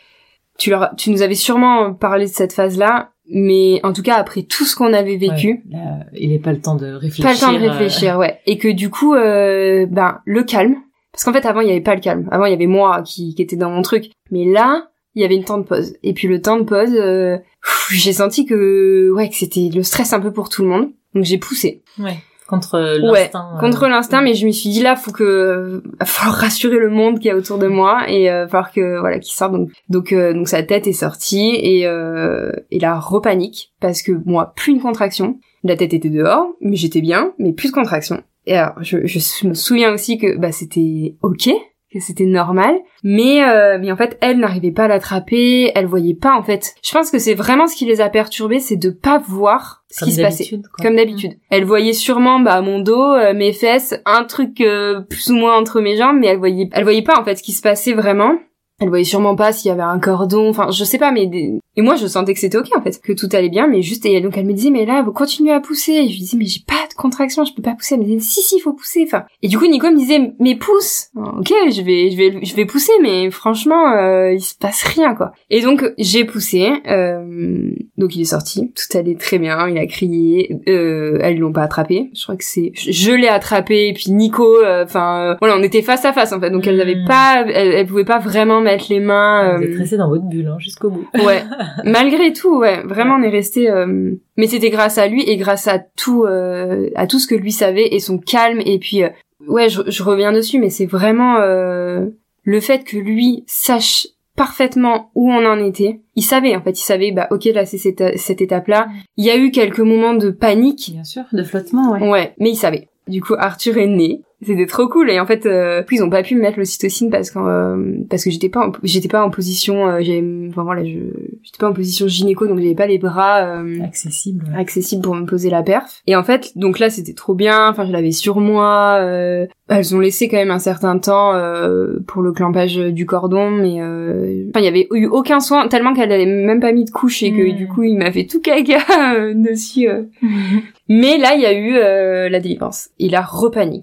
tu leur, tu nous avais sûrement parlé de cette phase-là, mais en tout cas après tout ce qu'on avait vécu, ouais, là, il n'est pas le temps de réfléchir. Pas le temps de réfléchir, euh... ouais. Et que du coup, euh, ben le calme, parce qu'en fait avant il y avait pas le calme, avant il y avait moi qui, qui était dans mon truc, mais là il y avait une temps de pause. Et puis le temps de pause, euh, pff, j'ai senti que ouais que c'était le stress un peu pour tout le monde, donc j'ai poussé. Ouais. Contre l'instinct. Ouais, contre euh... l'instinct, mais je me suis dit là, faut que, euh, va falloir rassurer le monde qui est autour de moi et euh, falloir que voilà, qu'il sorte. Donc, donc, euh, donc sa tête est sortie et euh, et là repanique parce que moi plus une contraction, la tête était dehors, mais j'étais bien, mais plus de contraction. Et alors je, je me souviens aussi que bah c'était ok, que c'était normal, mais euh, mais en fait elle n'arrivait pas à l'attraper, elle voyait pas en fait. Je pense que c'est vraiment ce qui les a perturbés, c'est de pas voir ce comme qui se passait quoi. Comme d'habitude. Mmh. Elle voyait sûrement bah mon dos, euh, mes fesses, un truc euh, plus ou moins entre mes jambes, mais elle voyait elle voyait pas en fait ce qui se passait vraiment. Elle voyait sûrement pas s'il y avait un cordon, enfin je sais pas, mais des... et moi je sentais que c'était ok en fait, que tout allait bien, mais juste et donc elle me disait mais là vous continuez à pousser, et je lui disais mais j'ai pas de contraction, je peux pas pousser, elle me disait si si faut pousser, enfin et du coup Nico me disait mais pousse, ok je vais je vais je vais pousser mais franchement euh, il se passe rien quoi. Et donc j'ai poussé, euh... donc il est sorti, tout allait très bien, il a crié, euh, elles l'ont pas attrapé, je crois que c'est je l'ai attrapé et puis Nico, enfin euh, euh, voilà on était face à face en fait, donc mmh. elles avaient pas, elles, elles pouvaient pas vraiment mettre les mains. Vous êtes restés dans votre bulle hein, jusqu'au bout. Ouais, malgré tout, ouais, vraiment on est resté. Euh... Mais c'était grâce à lui et grâce à tout, euh, à tout ce que lui savait et son calme et puis euh... ouais, je, je reviens dessus, mais c'est vraiment euh... le fait que lui sache parfaitement où on en était. Il savait en fait, il savait bah ok là c'est cette, cette étape-là. Il y a eu quelques moments de panique, bien sûr, de flottement, ouais. Ouais, mais il savait. Du coup, Arthur est né. C'était trop cool et en fait euh, ils ont pas pu me mettre l'ocytocine parce que euh, parce que j'étais pas en, j'étais pas en position euh, j'ai enfin voilà je j'étais pas en position gynéco donc j'avais pas les bras euh, accessibles ouais. accessibles pour me poser la perf et en fait donc là c'était trop bien, enfin je l'avais sur moi, euh, elles ont laissé quand même un certain temps euh, pour le clampage du cordon mais euh, enfin il y avait eu aucun soin tellement qu'elle avait même pas mis de couche et que mmh. du coup il m'a fait tout caca euh, dessus euh. Mmh. Mais là il y a eu euh, la délivrance et la repanique.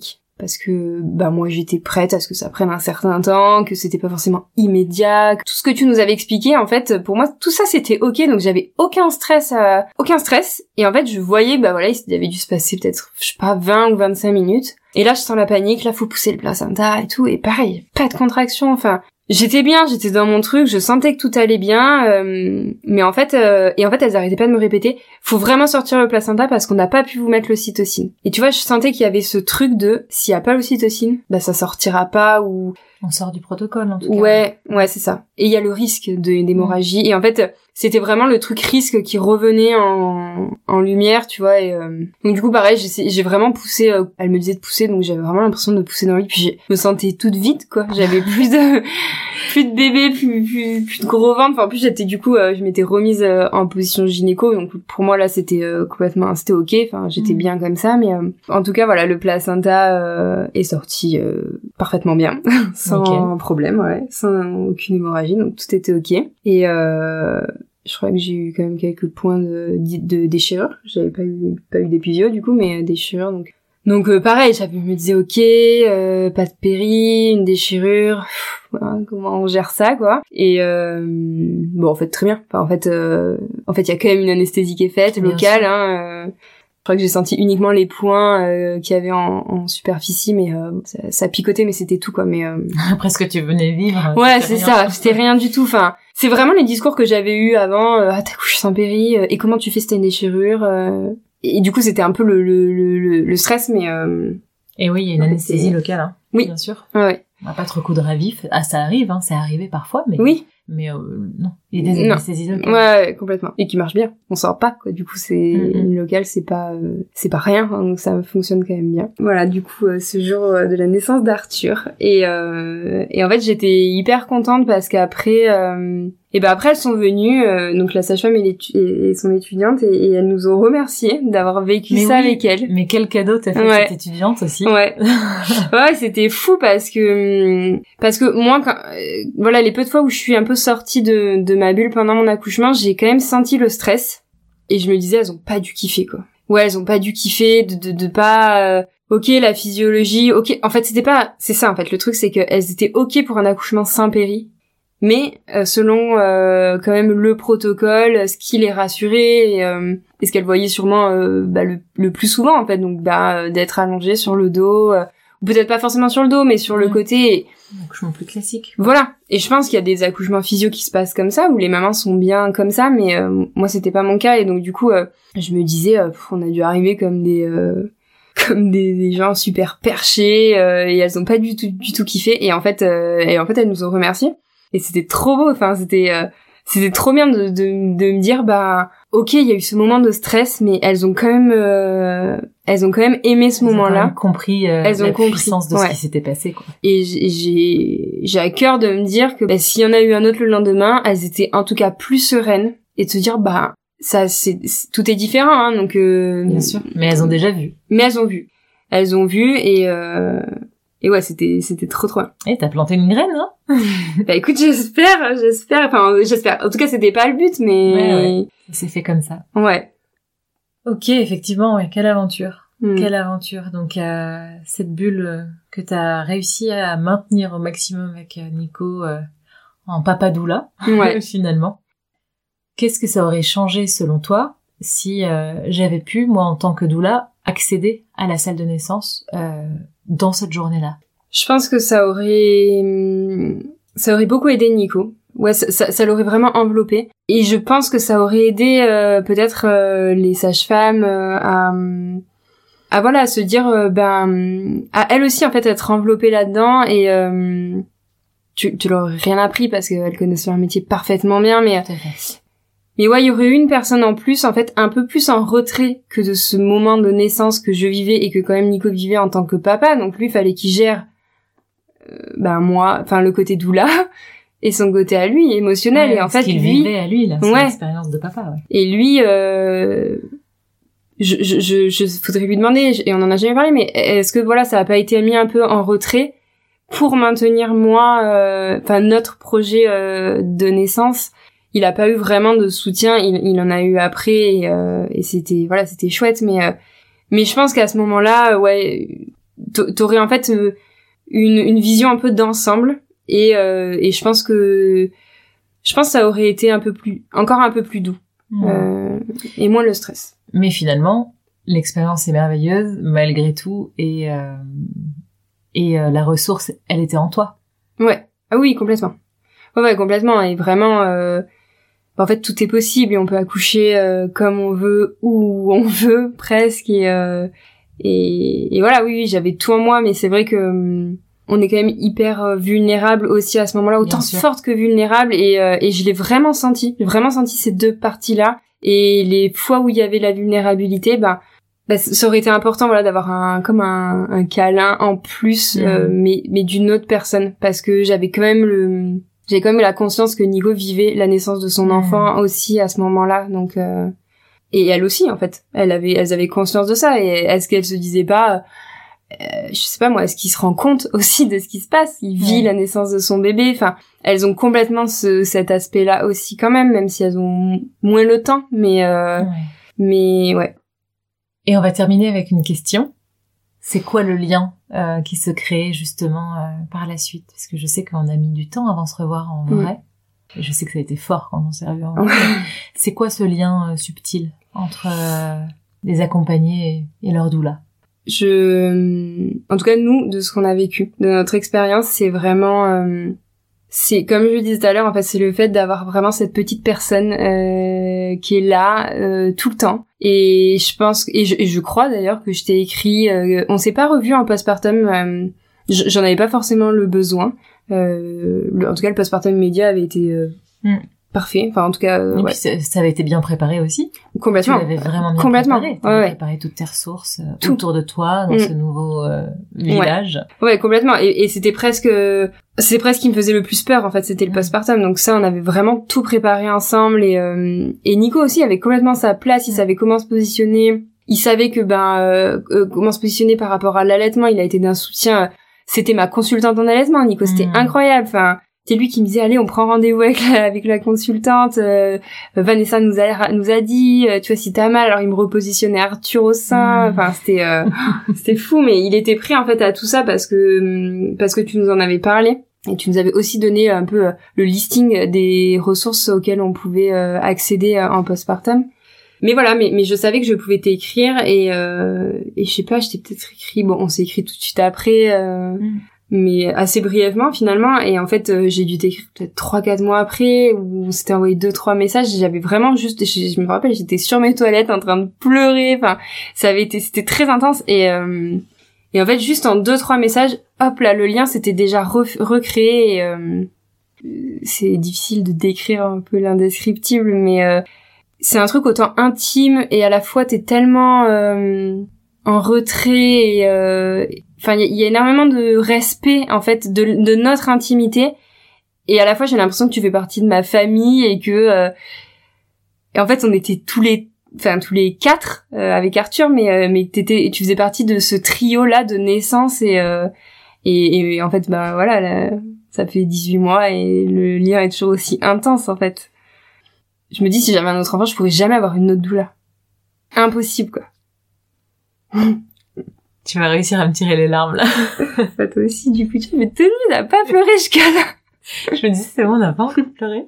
parce que bah moi j'étais prête à ce que ça prenne un certain temps, que c'était pas forcément immédiat, que tout ce que tu nous avais expliqué, en fait, pour moi tout ça c'était ok, donc j'avais aucun stress, euh, aucun stress, et en fait je voyais, bah voilà, il avait dû se passer peut-être, je sais pas, vingt ou vingt-cinq minutes, et là je sens la panique, là faut pousser le placenta et tout, et pareil, pas de contraction, enfin... J'étais bien, j'étais dans mon truc, je sentais que tout allait bien, euh, mais en fait, euh, et en fait, elles arrêtaient pas de me répéter, faut vraiment sortir le placenta parce qu'on n'a pas pu vous mettre l'ocytocine. Et tu vois, je sentais qu'il y avait ce truc de, s'il y a pas l'ocytocine, bah ça sortira pas ou... On sort du protocole, en tout cas. Ouais, ouais, c'est ça. Et il y a le risque de, d'hémorragie, mmh. et en fait, c'était vraiment le truc risque qui revenait en, en lumière, tu vois, et euh... donc du coup, pareil, j'ai, j'ai vraiment poussé, euh... elle me disait de pousser, donc j'avais vraiment l'impression de pousser dans le lit, puis je me sentais toute vide, quoi, j'avais plus de, plus de bébé, plus, plus, plus de gros ventre, enfin, en plus, j'étais, du coup, euh, je m'étais remise euh, en position gynéco, donc pour moi, là, c'était euh, complètement, c'était ok, enfin, j'étais mmh. bien comme ça, mais euh... en tout cas, voilà, le placenta euh, est sorti euh, parfaitement bien, sans okay. problème, ouais, sans aucune hémorragie, donc tout était ok, et euh... je crois que j'ai eu quand même quelques points de, de déchirure. J'avais pas eu, pas eu d'épisio, du coup, mais déchirure, donc. Donc, euh, pareil, j'avais me disais, ok, euh, pas de péri, une déchirure, pff, voilà, comment on gère ça, quoi. Et, euh, bon, en fait, très bien. Enfin, en fait, euh, en fait, il y a quand même une anesthésie qui est faite, bien locale, sûr. hein, euh, je crois que j'ai senti uniquement les points euh, qu'il y avait en, en superficie, mais euh, ça, ça picotait, mais c'était tout, quoi. Mais euh... après ce que tu venais vivre. Ouais, c'est rien. ça. C'était rien du tout. Enfin, c'est vraiment les discours que j'avais eu avant. Euh, ah, t'as couché sans péri. Euh, et comment tu fais si t'as une déchirure euh... Et, et du coup, c'était un peu le le le, le stress, mais. Euh... Et oui, il y a une anesthésie c'est... locale, hein. Oui, bien sûr. Ouais. On va pas trop coudre à vif. Ah, ça arrive, hein. C'est arrivé parfois, mais. Oui. Mais euh, non, il y a des anesthésies locales. Ouais, complètement. Et qui marchent bien. On sort pas, quoi. Du coup, c'est mm-hmm. une locale, c'est pas euh, c'est pas rien, hein, donc ça fonctionne quand même bien. Voilà, du coup, euh, ce jour euh, de la naissance d'Arthur, et euh, et en fait, j'étais hyper contente parce qu'après euh, et ben après elles sont venues, euh, donc la sage-femme et, et, et son étudiante, et, et elles nous ont remercié d'avoir vécu mais ça oui, avec elles. Mais quel cadeau t'as fait ouais. cette étudiante aussi. Ouais. Ouais, c'était fou parce que parce que moi, quand, euh, voilà, les peu de fois où je suis un peu sortie de de ma bulle pendant mon accouchement, j'ai quand même senti le stress, et je me disais elles ont pas dû kiffer, quoi. Ouais, elles ont pas dû kiffer de de, de pas. Euh, ok, la physiologie. Ok, en fait c'était pas. C'est ça en fait. Le truc c'est que elles étaient ok pour un accouchement sans péri. Mais euh, selon euh, quand même le protocole, ce qui les rassurait, et, euh, et ce qu'elles voyaient sûrement euh, bah, le, le plus souvent en fait, donc bah, d'être allongée sur le dos, euh, ou peut-être pas forcément sur le dos, mais sur ouais. le côté. Et... Un accouchement plus classique. Voilà. Et je pense qu'il y a des accouchements physio qui se passent comme ça, où les mamans sont bien comme ça, mais euh, moi c'était pas mon cas, et donc du coup euh, je me disais, euh, pff, on a dû arriver comme des... Euh, comme des, des gens super perchés, euh, et elles ont pas du tout du tout kiffé, et en fait euh, et en fait elles nous ont remerciés. Et c'était trop beau, enfin c'était euh, c'était trop bien de, de de me dire bah ok, il y a eu ce moment de stress, mais elles ont quand même euh, elles ont quand même aimé ce elles moment-là. Elles ont quand même compris euh, elles la ont compris. puissance de ouais. ce qui s'était passé, quoi. Et j'ai j'ai, j'ai à cœur de me dire que bah, s'il y en a eu un autre le lendemain, elles étaient en tout cas plus sereines, et de se dire bah ça c'est, c'est tout est différent, hein, donc euh, bien sûr. Mais elles ont déjà vu. Mais elles ont vu, elles ont vu et euh, Et ouais, c'était c'était trop trop. Et t'as planté une graine, hein? Bah écoute, j'espère, j'espère. Enfin, j'espère. En tout cas, c'était pas le but, mais ouais, ouais. C'est fait comme ça. Ouais. Ok, effectivement, ouais. Quelle aventure, mm. quelle aventure. Donc euh, cette bulle que t'as réussi à maintenir au maximum avec Nico euh, en papa doula, ouais. finalement. Qu'est-ce que ça aurait changé selon toi si euh, j'avais pu, moi en tant que doula, accéder à la salle de naissance euh, dans cette journée-là? Je pense que ça aurait ça aurait beaucoup aidé Nico. Ouais, ça, ça, ça l'aurait vraiment enveloppé. Et je pense que ça aurait aidé euh, peut-être euh, les sages-femmes euh, à à voilà à se dire euh, ben à elles aussi en fait être enveloppées là-dedans, et euh, tu tu leur aurais rien appris parce qu'elles connaissent leur métier parfaitement bien, mais mais ouais, il y aurait eu une personne en plus, en fait, un peu plus en retrait que de ce moment de naissance que je vivais et que quand même Nico vivait en tant que papa. Donc lui, il fallait qu'il gère, euh, ben moi, enfin le côté doula et son côté à lui, émotionnel. Ouais, et en fait, qu'il lui, vivait à lui, là, son ouais. expérience de papa. Ouais. Et lui, euh, je, je, je, je, faudrait lui demander, et on en a jamais parlé, mais est-ce que voilà, ça a pas été mis un peu en retrait pour maintenir moi, enfin euh, notre projet euh, de naissance? Il a pas eu vraiment de soutien, il, il en a eu après, et, euh, et c'était voilà, c'était chouette, mais euh, mais je pense qu'à ce moment-là, ouais, t'aurais en fait euh, une une vision un peu d'ensemble et euh, et je pense que je pense que ça aurait été un peu plus encore un peu plus doux mmh. euh, et moins le stress. Mais finalement, l'expérience est merveilleuse malgré tout et euh, et euh, la ressource, elle était en toi. Ouais. Ah oui, complètement. Ouais, ouais, complètement. Et vraiment, euh, en fait, tout est possible et on peut accoucher euh, comme on veut, où on veut, presque. Et, euh, et, et voilà, oui, oui, j'avais tout en moi, mais c'est vrai que euh, on est quand même hyper vulnérable aussi à ce moment-là, autant forte que vulnérable. Et, euh, et je l'ai vraiment senti, j'ai vraiment senti ces deux parties-là. Et les fois où il y avait la vulnérabilité, bah, bah ça aurait été important, voilà, d'avoir un comme un, un câlin en plus, mmh. euh, mais mais d'une autre personne, parce que j'avais quand même le J'avais quand même la conscience que Nico vivait la naissance de son mmh. enfant aussi à ce moment-là, donc euh... et elle aussi en fait, elle avait, elles avaient conscience de ça. Et est-ce qu'elle se disait pas, euh, je sais pas moi, est-ce qu'il se rend compte aussi de ce qui se passe? Il vit mmh. la naissance de son bébé. Enfin, elles ont complètement ce, cet aspect-là aussi quand même, même si elles ont moins le temps. Mais euh... ouais. mais ouais. Et on va terminer avec une question. C'est quoi le lien euh, qui se crée justement euh, par la suite? Parce que je sais qu'on a mis du temps avant de se revoir en vrai. Mmh. Je sais que ça a été fort quand on s'est revu en vrai. C'est quoi ce lien euh, subtil entre euh, les accompagnés et, et leur doula? Je, en tout cas nous, de ce qu'on a vécu, de notre expérience, c'est vraiment, euh, c'est comme je le disais tout à l'heure, en fait, c'est le fait d'avoir vraiment cette petite personne euh, qui est là euh, tout le temps. Et je pense, et je, et je crois d'ailleurs que je t'ai écrit, euh, on s'est pas revu en postpartum, euh, j'en avais pas forcément le besoin. Euh, le, en tout cas, le postpartum média avait été euh, mm. parfait. Enfin, en tout cas, euh, et ouais. puis ça, ça avait été bien préparé aussi. Complètement. Tu l'avais vraiment bien Complètement. préparé. Tu avais ouais, préparé toutes tes ressources euh, Tout. autour de toi dans mm. ce nouveau euh, village. Ouais, ouais complètement. Et, et c'était presque, c'est presque ce qui me faisait le plus peur en fait. C'était le mm. postpartum. Donc ça, on avait vraiment tout préparé ensemble. Et euh, et Nico aussi avait complètement sa place. Il mm. savait comment se positionner. Il savait que ben euh, euh, comment se positionner par rapport à l'allaitement. Il a été d'un soutien. C'était ma consultante en allaitement, Nico. C'était mm. incroyable. Enfin. C'est lui qui me disait allez on prend rendez-vous avec la, avec la consultante, euh, Vanessa nous a nous a dit euh, tu vois si t'as mal, alors il me repositionnait Arthur au sein. Enfin mmh. c'était euh, c'était fou, mais il était prêt en fait à tout ça parce que parce que tu nous en avais parlé et tu nous avais aussi donné un peu euh, le listing des ressources auxquelles on pouvait euh, accéder euh, en postpartum. Mais voilà, mais mais je savais que je pouvais t'écrire et euh, et je sais pas, je t'ai peut-être écrit, bon on s'est écrit tout de suite après. Euh, mmh. mais assez brièvement finalement, et en fait euh, j'ai dû t'écrire peut-être trois quatre mois après où on s'était envoyé deux trois messages. J'avais vraiment juste, je, je me rappelle, j'étais sur mes toilettes en train de pleurer. Enfin ça avait été, c'était très intense et euh, et en fait juste en deux trois messages, hop là le lien s'était déjà re- recréé. Et, euh, c'est difficile de décrire un peu l'indescriptible, mais euh, c'est un truc autant intime et à la fois t'es tellement euh, en retrait et euh, enfin il y, y a énormément de respect en fait de, de notre intimité, et à la fois j'ai l'impression que tu fais partie de ma famille et que euh, et en fait on était tous les enfin tous les quatre euh, avec Arthur, mais euh, mais t'étais tu faisais partie de ce trio là de naissance et euh, et, et en fait bah voilà là, ça fait dix-huit mois et le lien est toujours aussi intense en fait. Je me dis si j'avais un autre enfant je pourrais jamais avoir une autre doula, impossible quoi. Tu vas réussir à me tirer les larmes, là. Bah, toi aussi, du coup, tu m'as tenu à pas pleurer jusqu'à là. Je me dis, c'est bon, on n'a pas envie de pleurer.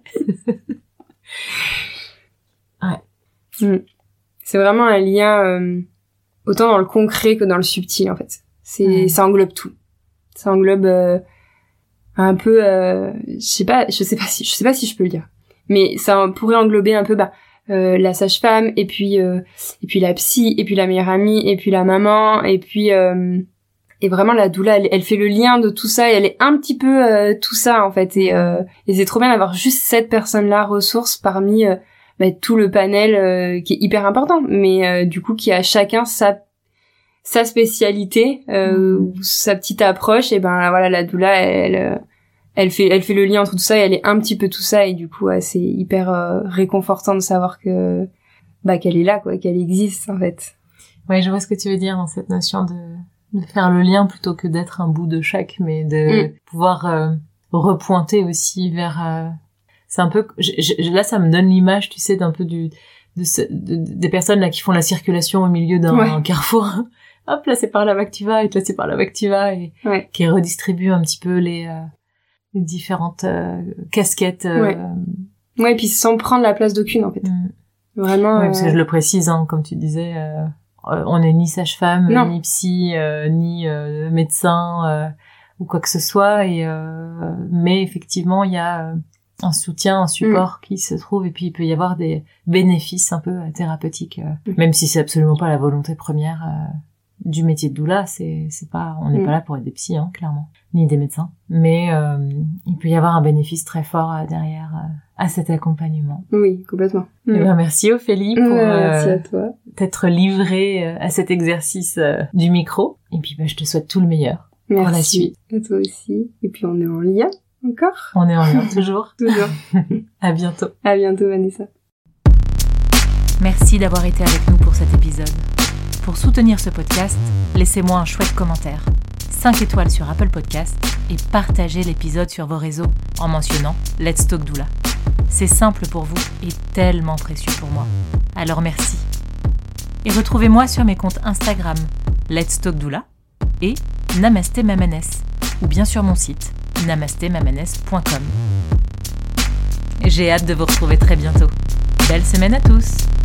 Ouais. Mmh. C'est vraiment un lien, euh, autant dans le concret que dans le subtil, en fait. C'est, mmh. ça englobe tout. Ça englobe, euh, un peu, euh, je sais pas, je sais pas si, je sais pas si je peux le dire. Mais ça pourrait englober un peu, bah, Euh, la sage-femme et puis euh, et puis la psy et puis la meilleure amie et puis la maman et puis euh, et vraiment la doula elle, elle fait le lien de tout ça et elle est un petit peu euh, tout ça en fait, et, euh, et c'est trop bien d'avoir juste cette personne là ressource parmi euh, bah, tout le panel euh, qui est hyper important, mais euh, du coup qui a chacun sa sa spécialité euh, mmh. sa petite approche, et ben voilà la doula elle, elle Elle fait, elle fait le lien entre tout ça et elle est un petit peu tout ça, et du coup, ouais, c'est hyper euh, réconfortant de savoir que, bah, qu'elle est là, quoi, qu'elle existe, en fait. Ouais, je vois ce que tu veux dire dans cette notion de, de faire le lien plutôt que d'être un bout de chaque, mais de mm. pouvoir euh, repointer aussi vers, euh, c'est un peu, je, je, là, ça me donne l'image, tu sais, d'un peu du, de, ce, de des personnes là qui font la circulation au milieu d'un ouais. carrefour. hop, là c'est par là-bas que tu vas, et là c'est par là-bas que tu vas, et ouais. qui redistribue un petit peu les, euh, les différentes euh, casquettes. Euh... Ouais. ouais, et puis sans prendre la place d'aucune, en fait. Mm. Vraiment. Ouais, euh... parce que je le précise, hein, comme tu disais, euh, on n'est ni sage-femme, non. ni psy, euh, ni euh, médecin, euh, ou quoi que ce soit, et euh, mais effectivement, il y a euh, un soutien, un support mm. qui se trouve, et puis il peut y avoir des bénéfices un peu euh, thérapeutiques, euh, mm. même si c'est absolument pas la volonté première euh, du métier de doula. C'est c'est pas, on n'est mm. pas là pour être des psys, hein, clairement, ni des médecins, mais euh, il peut y avoir un bénéfice très fort euh, derrière euh, à cet accompagnement. Oui, complètement. Mm. Eh ben, merci Ophélie pour ouais, merci euh, à toi. t'être livrée euh, à cet exercice euh, du micro, et puis bah, je te souhaite tout le meilleur. Merci. Pour la suite. À toi aussi. Et puis on est en lien encore. On est en lien toujours. Toujours. À bientôt. À bientôt Vanessa. Merci d'avoir été avec nous pour cet épisode. Pour soutenir ce podcast, laissez-moi un chouette commentaire, cinq étoiles sur Apple Podcast et partagez l'épisode sur vos réseaux en mentionnant Let's Talk Doula. C'est simple pour vous et tellement précieux pour moi. Alors merci. Et retrouvez-moi sur mes comptes Instagram Let's Talk Doula et Namasté Mamaness, ou bien sur mon site namasté mamaness point com. J'ai hâte de vous retrouver très bientôt. Belle semaine à tous!